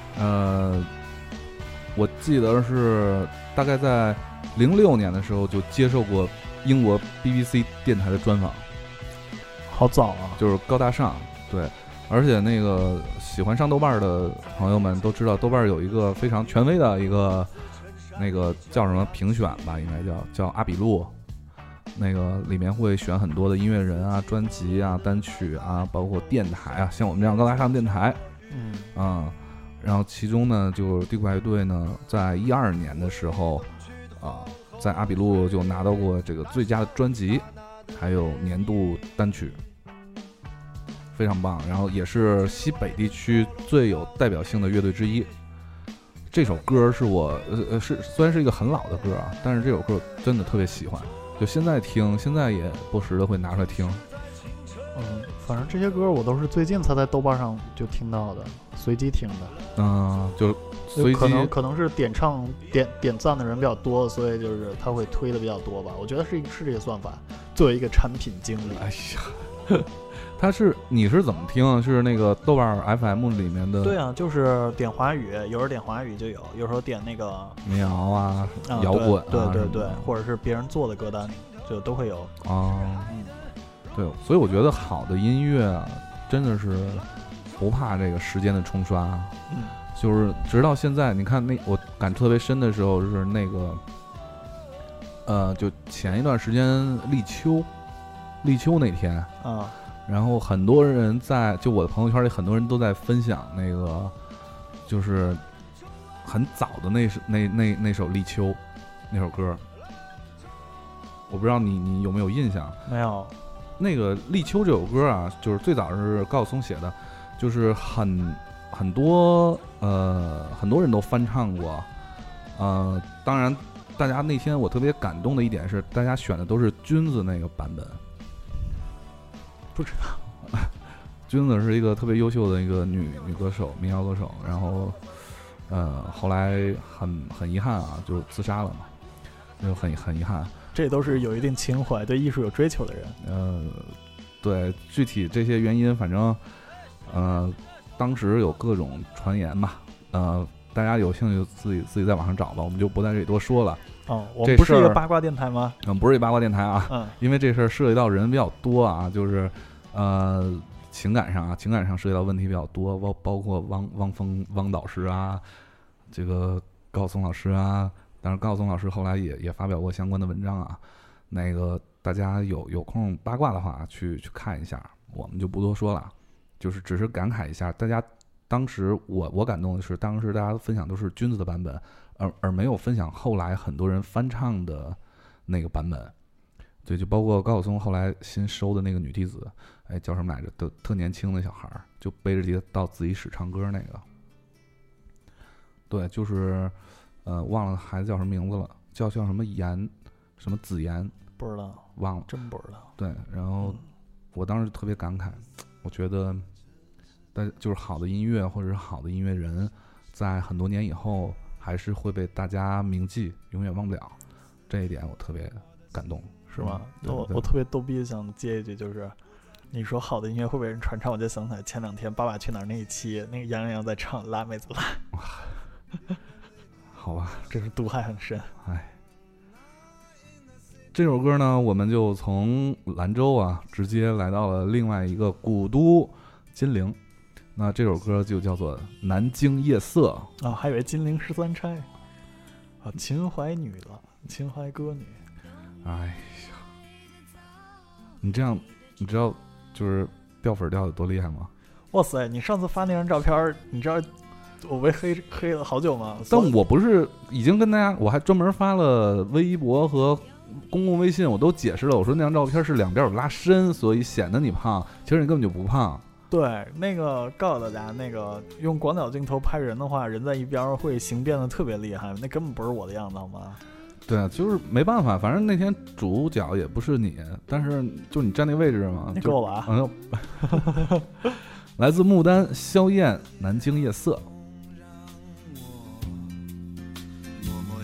我记得是大概在06年的时候就接受过英国 BBC 电台的专访， 好早啊， 就是高大上。对，而且那个喜欢上豆瓣的朋友们都知道，豆瓣有一个非常权威的一个那个叫什么评选吧，应该叫阿比路，那个里面会选很多的音乐人啊、专辑啊、单曲啊，包括电台啊，像我们这样高大上电台，然后其中呢，就是低苦爱乐队呢，在12年的时候在阿比路就拿到过这个最佳的专辑，还有年度单曲，非常棒。然后也是西北地区最有代表性的乐队之一。这首歌是我虽然是一个很老的歌啊，但是这首歌真的特别喜欢，就现在听，现在也不时的会拿出来听。 反正这些歌我都是最近才在豆瓣上就听到的，随机听的。 就随机可能是点赞的人比较多，所以就是他会推的比较多吧。我觉得是这个算法。作为一个产品经理， 哎呀，你是怎么听？是那个豆瓣 FM 里面的？ 对啊，就是点华语，有时候点华语就有时候点那个民谣啊、摇滚啊， 对，或者是别人做的歌单，就都会有。 对，所以我觉得好的音乐啊，真的是不怕这个时间的冲刷。就是直到现在，你看我感触特别深的时候是那个，就前一段时间立秋那天然后很多人就我的朋友圈里很多人都在分享那个，就是很早的那首立秋那首歌，我不知道你有没有印象？ 没有。 那个立秋这首歌啊，就是最早是高晓松写的，就是很多人都翻唱过，当然大家那天我特别感动的一点是，大家选的都是君子那个版本。 不知道， 君子是一个特别优秀的一个女歌手，民谣歌手，然后后来很遗憾啊，就自杀了嘛，就很遗憾。 这都是有一定情怀、对艺术有追求的人。 对，具体这些原因，反正当时有各种传言嘛，大家有兴趣自己在网上找吧，我们就不在这里多说了。 我们不是一个八卦电台吗？ 不是一八卦电台啊，因为这事儿涉及到人比较多啊，就是情感上涉及到问题比较多，包括汪导师啊，这个高松老师啊。但是高晓松老师后来也发表过相关的文章啊，那个大家有空八卦的话去看一下，我们就不多说了，就是只是感慨一下，大家当时我感动的是，当时大家分享都是君子的版本，而没有分享后来很多人翻唱的那个版本，对，就包括高晓松后来新收的那个女弟子，叫什么来着？都特年轻的小孩，就背着吉他到自习室唱歌那个，对，就是。忘了孩子叫什么名字了，叫什么言，什么子言， 不知道， 忘了， 真不知道。 对，然后我当时特别感慨，我觉得，就是好的音乐或者是好的音乐人，在很多年以后还是会被大家铭记，永远忘不了。这一点我特别感动， 是吗？我特别逗逼，想接一句，就是你说好的音乐会被人传唱，我就想起来前2天《爸爸去哪儿》那一期，那个杨洋在唱《辣妹子辣》。 好吧， 真是毒害很深。 这首歌呢，我们就从兰州啊，直接来到了另外一个古都金陵。那这首歌就叫做《南京夜色》 还以为金陵13钗啊，秦淮女了，秦淮歌女。 哎呀，你这样，你知道就是掉粉掉的多厉害吗？ 哇塞，你上次发那张照片，你知道我被黑了好久吗？ 但我不是已经跟大家，我还专门发了微博和公共微信，我都解释了。我说那张照片是两边有拉伸，所以显得你胖，其实你根本就不胖。 对，那个告诉大家，那个用广角镜头拍人的话，人在一边会形变得特别厉害，那根本不是我的样子，好吗？ 对啊，就是没办法，反正那天主角也不是你，但是就你站那位置嘛， 你够了啊！ 来自牡丹萧燕《南京夜色》。 默默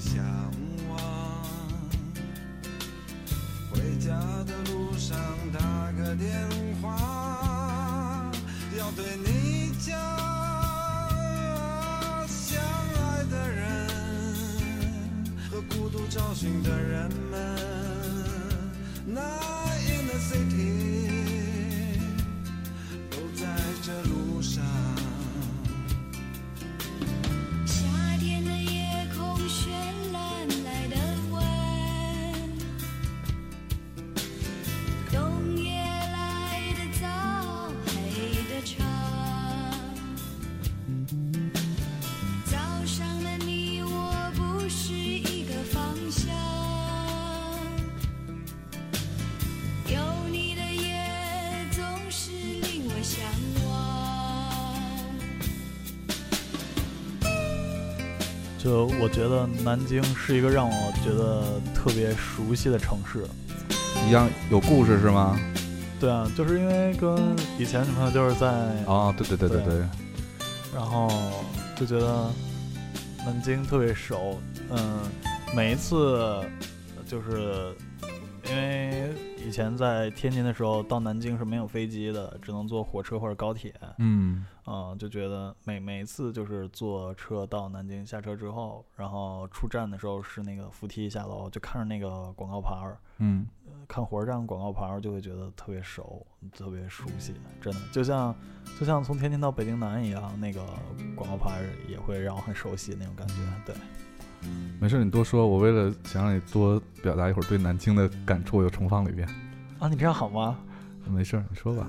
就我觉得南京是一个让我觉得特别熟悉的城市。 一样有故事是吗？ 对啊，就是因为跟以前女朋友就是在对， 然后就觉得南京特别熟。每一次就是因为以前在天津的时候到南京是没有飞机的，只能坐火车或者高铁。就觉得每一次就是坐车到南京，下车之后，然后出站的时候是那个扶梯下楼，就看着那个广告牌儿，看火车站广告牌儿就会觉得特别熟，特别熟悉，真的就像从天津到北京南一样，那个广告牌也会让我很熟悉那种感觉。对， 没事，你多说，我为了想让你多表达一会儿对南京的感触，我又重放了一遍。 啊，你这样好吗？ 没事，你说吧。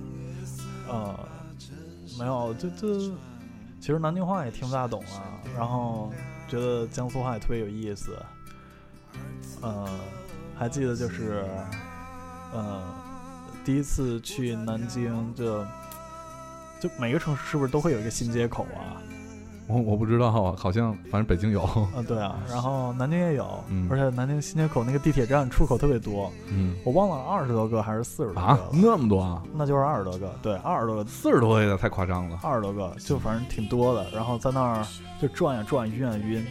没有，其实南京话也听不大懂啊，然后觉得江苏话也特别有意思。还记得就是第一次去南京，就每个城市是不是都会有一个新街口啊？ 我不知道，好像反正北京有。 对啊，然后南京也有，而且南京新街口那个地铁站出口特别多。我忘了20多个还是40多个啊？那么多啊？ 那就是20多个，对，20多个 ，40多个也太夸张了。 20多个，就反正挺多的。然后在那儿就转呀转，晕呀晕，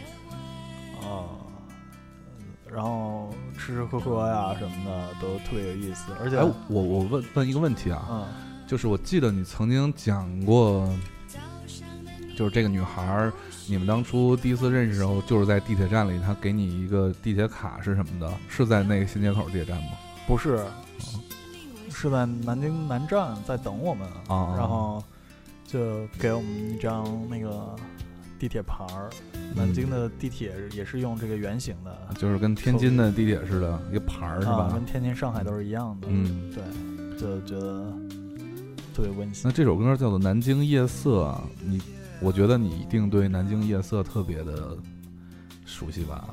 然后吃喝呀什么的都特别有意思。而且， 我问一个问题啊，就是我记得你曾经讲过。就是这个女孩，你们当初第一次认识的时候，就是在地铁站里，她给你一个地铁卡是什么的？是在那个新街口地铁站吗？ 不是，是在南京南站在等我们，然后就给我们一张那个地铁牌儿。南京的地铁也是用这个圆形的， 就是跟天津的地铁似的一个牌儿，是吧？ 跟天津、上海都是一样的。对，就觉得特别温馨。 那这首歌叫做《南京夜色》，我觉得你一定对南京夜色特别的熟悉吧？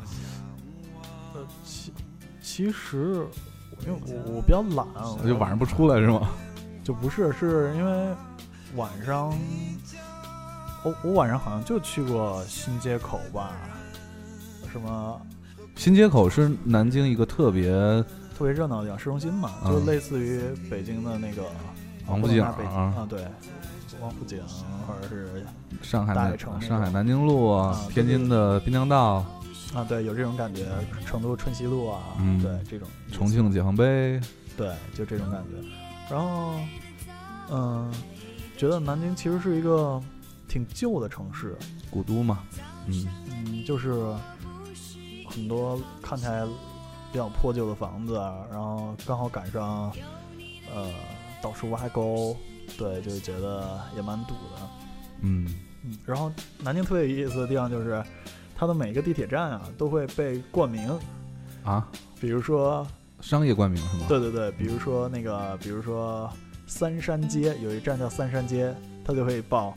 其实因为我比较懒， 就晚上不出来是吗？ 就不是，是因为晚上，我晚上好像就去过新街口吧？什么？ 新街口是南京一个特别热闹的地方，市中心嘛，就类似于北京的那个王府井对。王府井，或者是上海南京路天津的滨江道对，有这种感觉。成都春熙路对，这种重庆解放碑， 对，就这种感觉。然后，觉得南京其实是一个挺旧的城市， 古都嘛， 就是很多看起来比较破旧的房子然后刚好赶上，到处挖沟。对，就觉得也蛮堵的。然后南京特别有意思的地方就是，它的每个地铁站都会被冠名比如说商业冠名是吗？ 对，比如说三山街有一站叫三山街，它就会报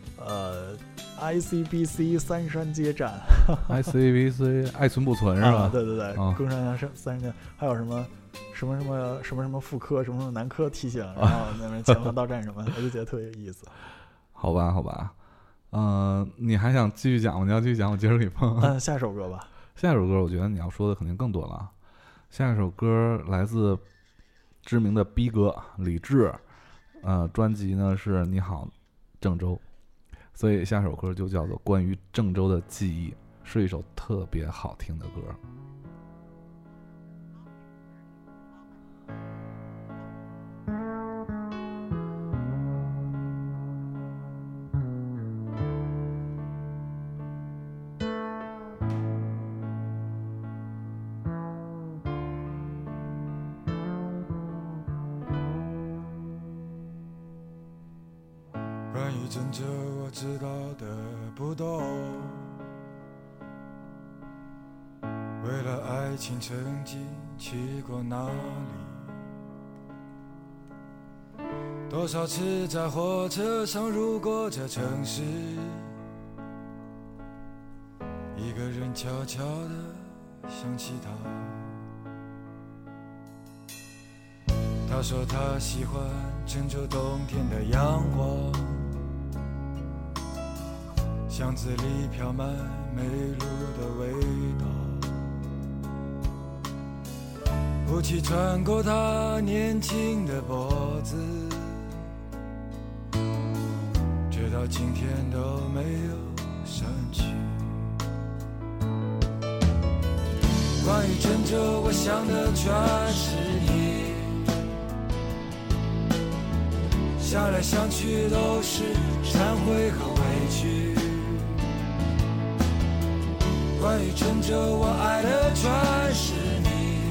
ICBC 三山街站 ICBC 爱存不存是吧？ 对，工商三山街，还有什么妇科什么男科提醒，然后那边前方到站什么，我就觉得特别有意思。 好吧，你还想继续讲吗？你要继续讲，我接着给你放。 下一首歌吧。 下一首歌，我觉得你要说的肯定更多了。下一首歌来自知名的逼哥李志，专辑呢是《你好，郑州》，所以下首歌就叫做《关于郑州的记忆》，是一首特别好听的歌。 关于郑州我知道的不多，为了爱情曾经去过哪里，多少次在火车上路过这城市，一个人悄悄地想起他。他说他喜欢郑州冬天的阳光，巷子里飘满美露的味道，雾气穿过她年轻的脖子，直到今天都没有散去。关于郑州，我想的全是你，想来想去都是忏悔和委屈。关于郑州，我爱的全是你，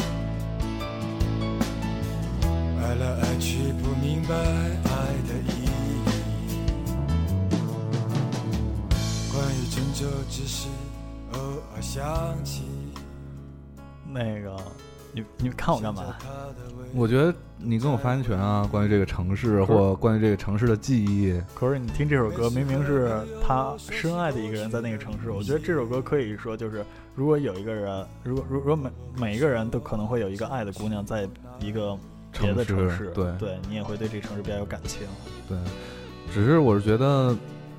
爱来爱去不明白爱的意义。关于郑州，只是偶尔想起。 那个，你看我干嘛？ 我觉得你跟我发言权啊，关于这个城市或关于这个城市的记忆。 可是你听这首歌，明明是他深爱的一个人在那个城市。我觉得这首歌可以说就是，如果有一个人，如果每一个人都可能会有一个爱的姑娘在一个别的城市，对你也会对这个城市比较有感情。 对，只是我是觉得，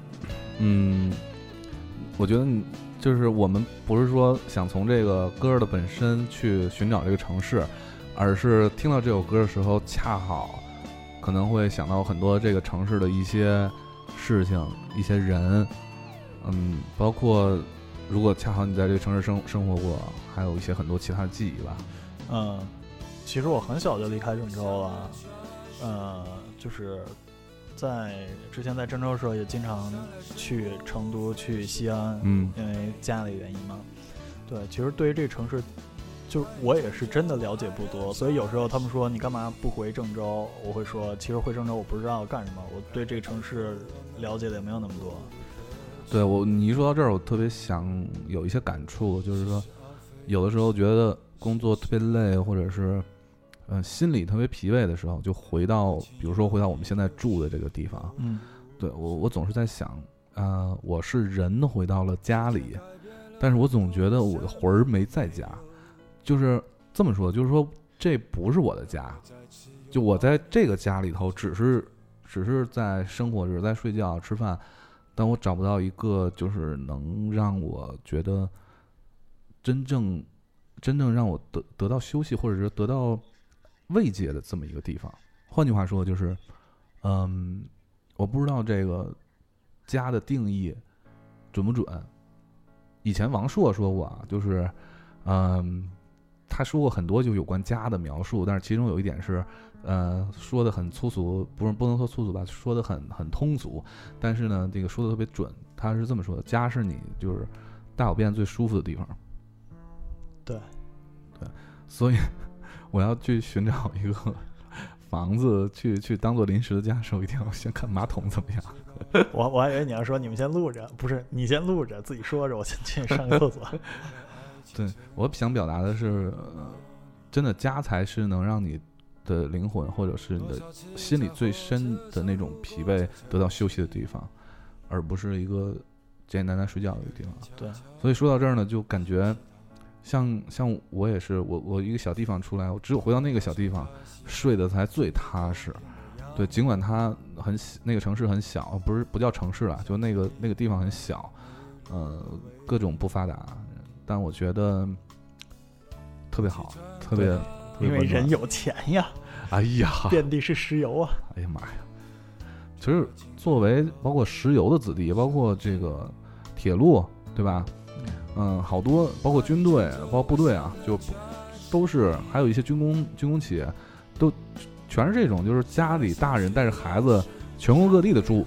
我觉得就是我们不是说想从这个歌的本身去寻找这个城市，而是听到这首歌的时候，恰好可能会想到很多这个城市的一些事情、一些人，包括如果恰好你在这个城市生活过，还有一些很多其他的记忆吧。 其实我很小就离开郑州了，就是之前在郑州的时候也经常去成都、去西安，因为家里原因嘛。对，其实对于这个城市，就我也是真的了解不多，所以有时候他们说你干嘛不回郑州，我会说其实回郑州我不知道干什么，我对这个城市了解的也没有那么多。 对，你一说到这儿，我特别想有一些感触，就是说有的时候觉得工作特别累，或者是心里特别疲惫的时候，就比如说回到我们现在住的这个地方，对，我总是在想，我是人回到了家里，但是我总觉得我的魂儿没在家，就是这么说，就是说这不是我的家，就我在这个家里头只是在生活，只是在睡觉吃饭，但我找不到一个就是能让我觉得真正让我得到休息，或者是得到慰藉的这么一个地方。换句话说就是，我不知道这个家的定义准不准。以前王朔说过啊，就是他说过很多就有关家的描述，但是其中有一点是说的很粗俗，不能说粗俗吧，说的很通俗，但是呢这个说的特别准。他是这么说的，家是你就是大小便最舒服的地方。 对， 所以我要去寻找一个房子去当做临时的家的时候，一定要先看马桶怎么样。 我还以为你要说你们先录着，不是，你先录着自己说着，我先去上个厕所。 对，我想表达的是，真的家才是能让你的灵魂或者是你的心里最深的那种疲惫得到休息的地方，而不是一个简简单单睡觉的一个地方。 对， 所以说到这儿呢，就感觉像我也是，我一个小地方出来，我只有回到那个小地方睡得才最踏实。对，尽管它那个城市很小，不叫城市了，就那个地方很小，各种不发达，但我觉得特别好，特别因为人有钱呀。 哎呀， 遍地是石油啊！ 哎呀妈呀！其实作为包括石油的子弟，包括这个铁路，对吧？好多包括军队，包括部队啊，就都是，还有一些军工企业，都全是这种，就是家里大人带着孩子，全国各地的住。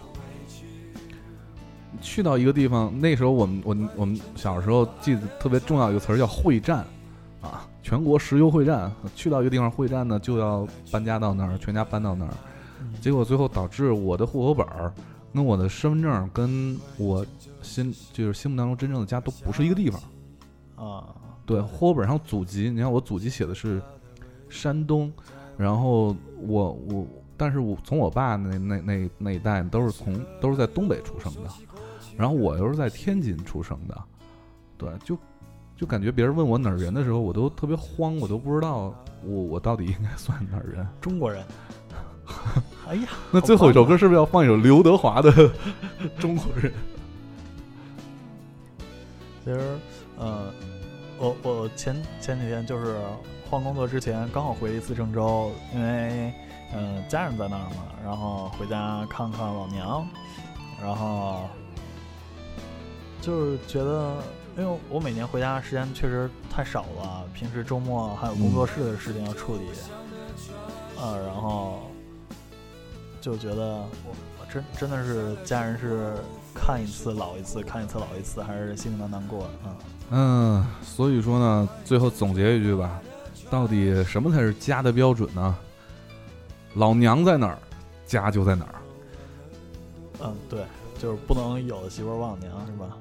去到一个地方，那时候我们小时候记得特别重要一个词儿叫会战啊，全国石油会战。去到一个地方会战呢，就要搬家到那儿，全家搬到那儿。结果最后导致我的户口本儿跟我的身份证跟我心目当中真正的家都不是一个地方啊。 对，户口本上祖籍，你看我祖籍写的是山东，然后但是我从我爸那一代都是在东北出生的，然后我又是在天津出生的。对，就感觉别人问我哪儿人的时候，我都特别慌，我都不知道我到底应该算哪儿人。 中国人。哎呀， 那最后一首歌是不是要放一首刘德华的《中国人》？ 其实，我前几天就是换工作之前刚好回了一次郑州，因为家人在那儿嘛，然后回家看看老娘，然后就是觉得，因为我每年回家时间确实太少了，平时周末还有工作室的事情要处理，然后就觉得我真的是家人是看一次老一次，看一次老一次，还是心里面难过。 所以说呢，最后总结一句吧，到底什么才是家的标准呢？老娘在哪儿，家就在哪儿。 对，就是不能有的媳妇忘娘，是吧？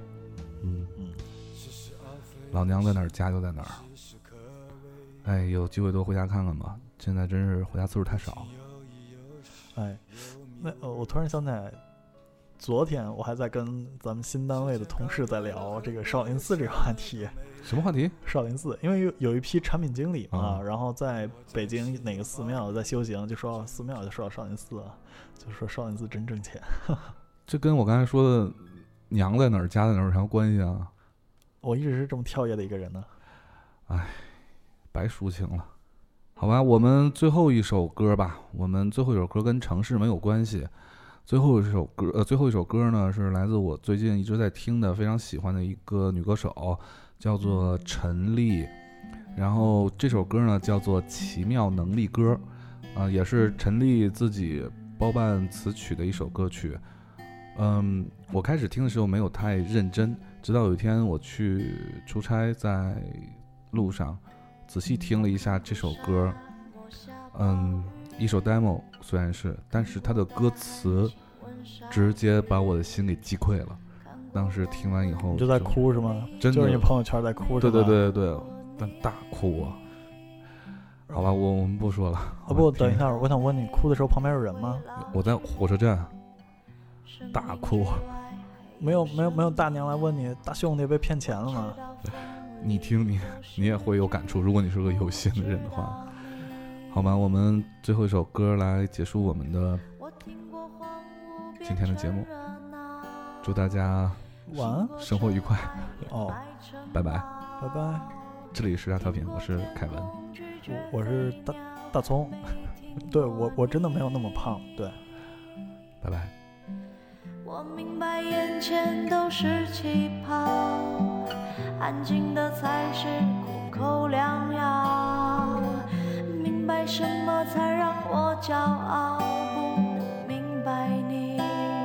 老娘在哪儿，家就在哪儿。哎，有机会多回家看看吧，现在真是回家次数太少。 哎，那我突然想起来，昨天我还在跟咱们新单位的同事在聊这个少林寺这个话题。 什么话题？ 少林寺，因为有一批产品经理嘛，然后在北京哪个寺庙在修行，就说寺庙，就说少林寺，就说少林寺真挣钱。 这跟我刚才说的娘在哪儿，家在哪儿有啥关系啊？ 我一直是这么跳跃的一个人呢。 哎，白抒情了。好吧，我们最后一首歌吧。我们最后一首歌跟城市没有关系。最后一首歌呢，是来自我最近一直在听的、非常喜欢的一个女歌手，叫做陈粒。然后这首歌呢叫做《奇妙能力歌》，也是陈粒自己包办词曲的一首歌曲。我开始听的时候没有太认真，直到有一天我去出差，在路上仔细听了一下这首歌。一首 demo 虽然是，但是它的歌词直接把我的心给击溃了。当时听完以后你就在哭是吗？ 真的就是你朋友圈在哭是吗？ 对，但大哭啊！好吧，我们不说了。 不，等一下，我想问你，哭的时候旁边有人吗？ 我在火车站大哭。 没有大娘来问你，大兄弟被骗钱了吗？ 你听你也会有感触，如果你是个有心的人的话。好吧，我们最后一首歌来结束我们的今天的节目。祝大家晚安， 生活愉快。拜拜， 拜拜。 这里是大调频，我是凯文， 我是大葱。对，我真的没有那么胖。对， 拜拜。 我明白眼前都是气泡，安静的才是苦口良药。明白什么才让我骄傲，不明白你。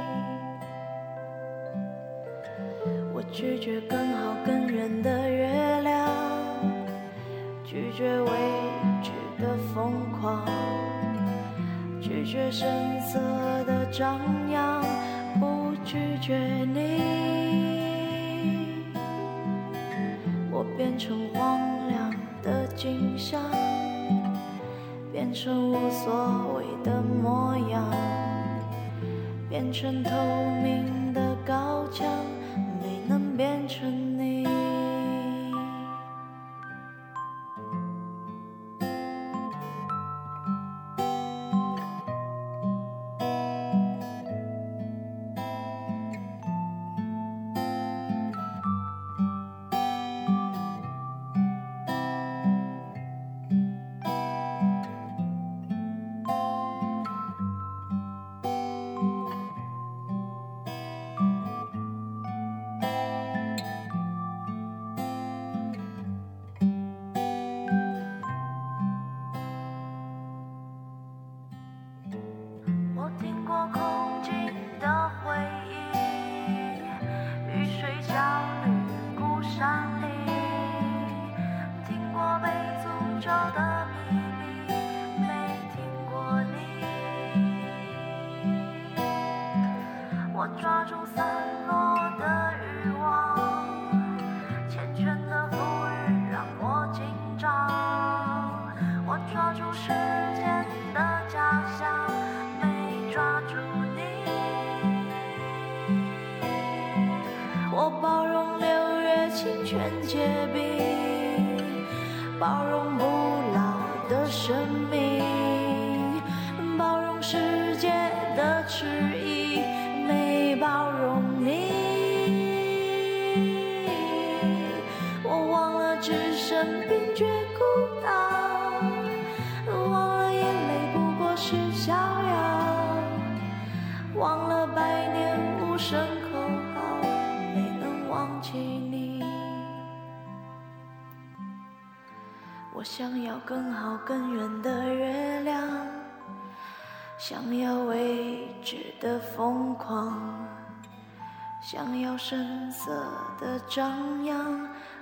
我拒绝更好更圆的月亮，拒绝未知的疯狂，拒绝声色的张扬，不拒绝你。我变成荒凉的景象，变成无所谓的模样，变成透明的高墙，没能变成你。包容不老的生命，包容世界的迟疑，没包容你。 生病却孤单，忘了眼泪不过是逍遥，忘了百年无声口号，没能忘记你。我想要更好更圆的月亮，想要未知的疯狂，想要声色的张扬，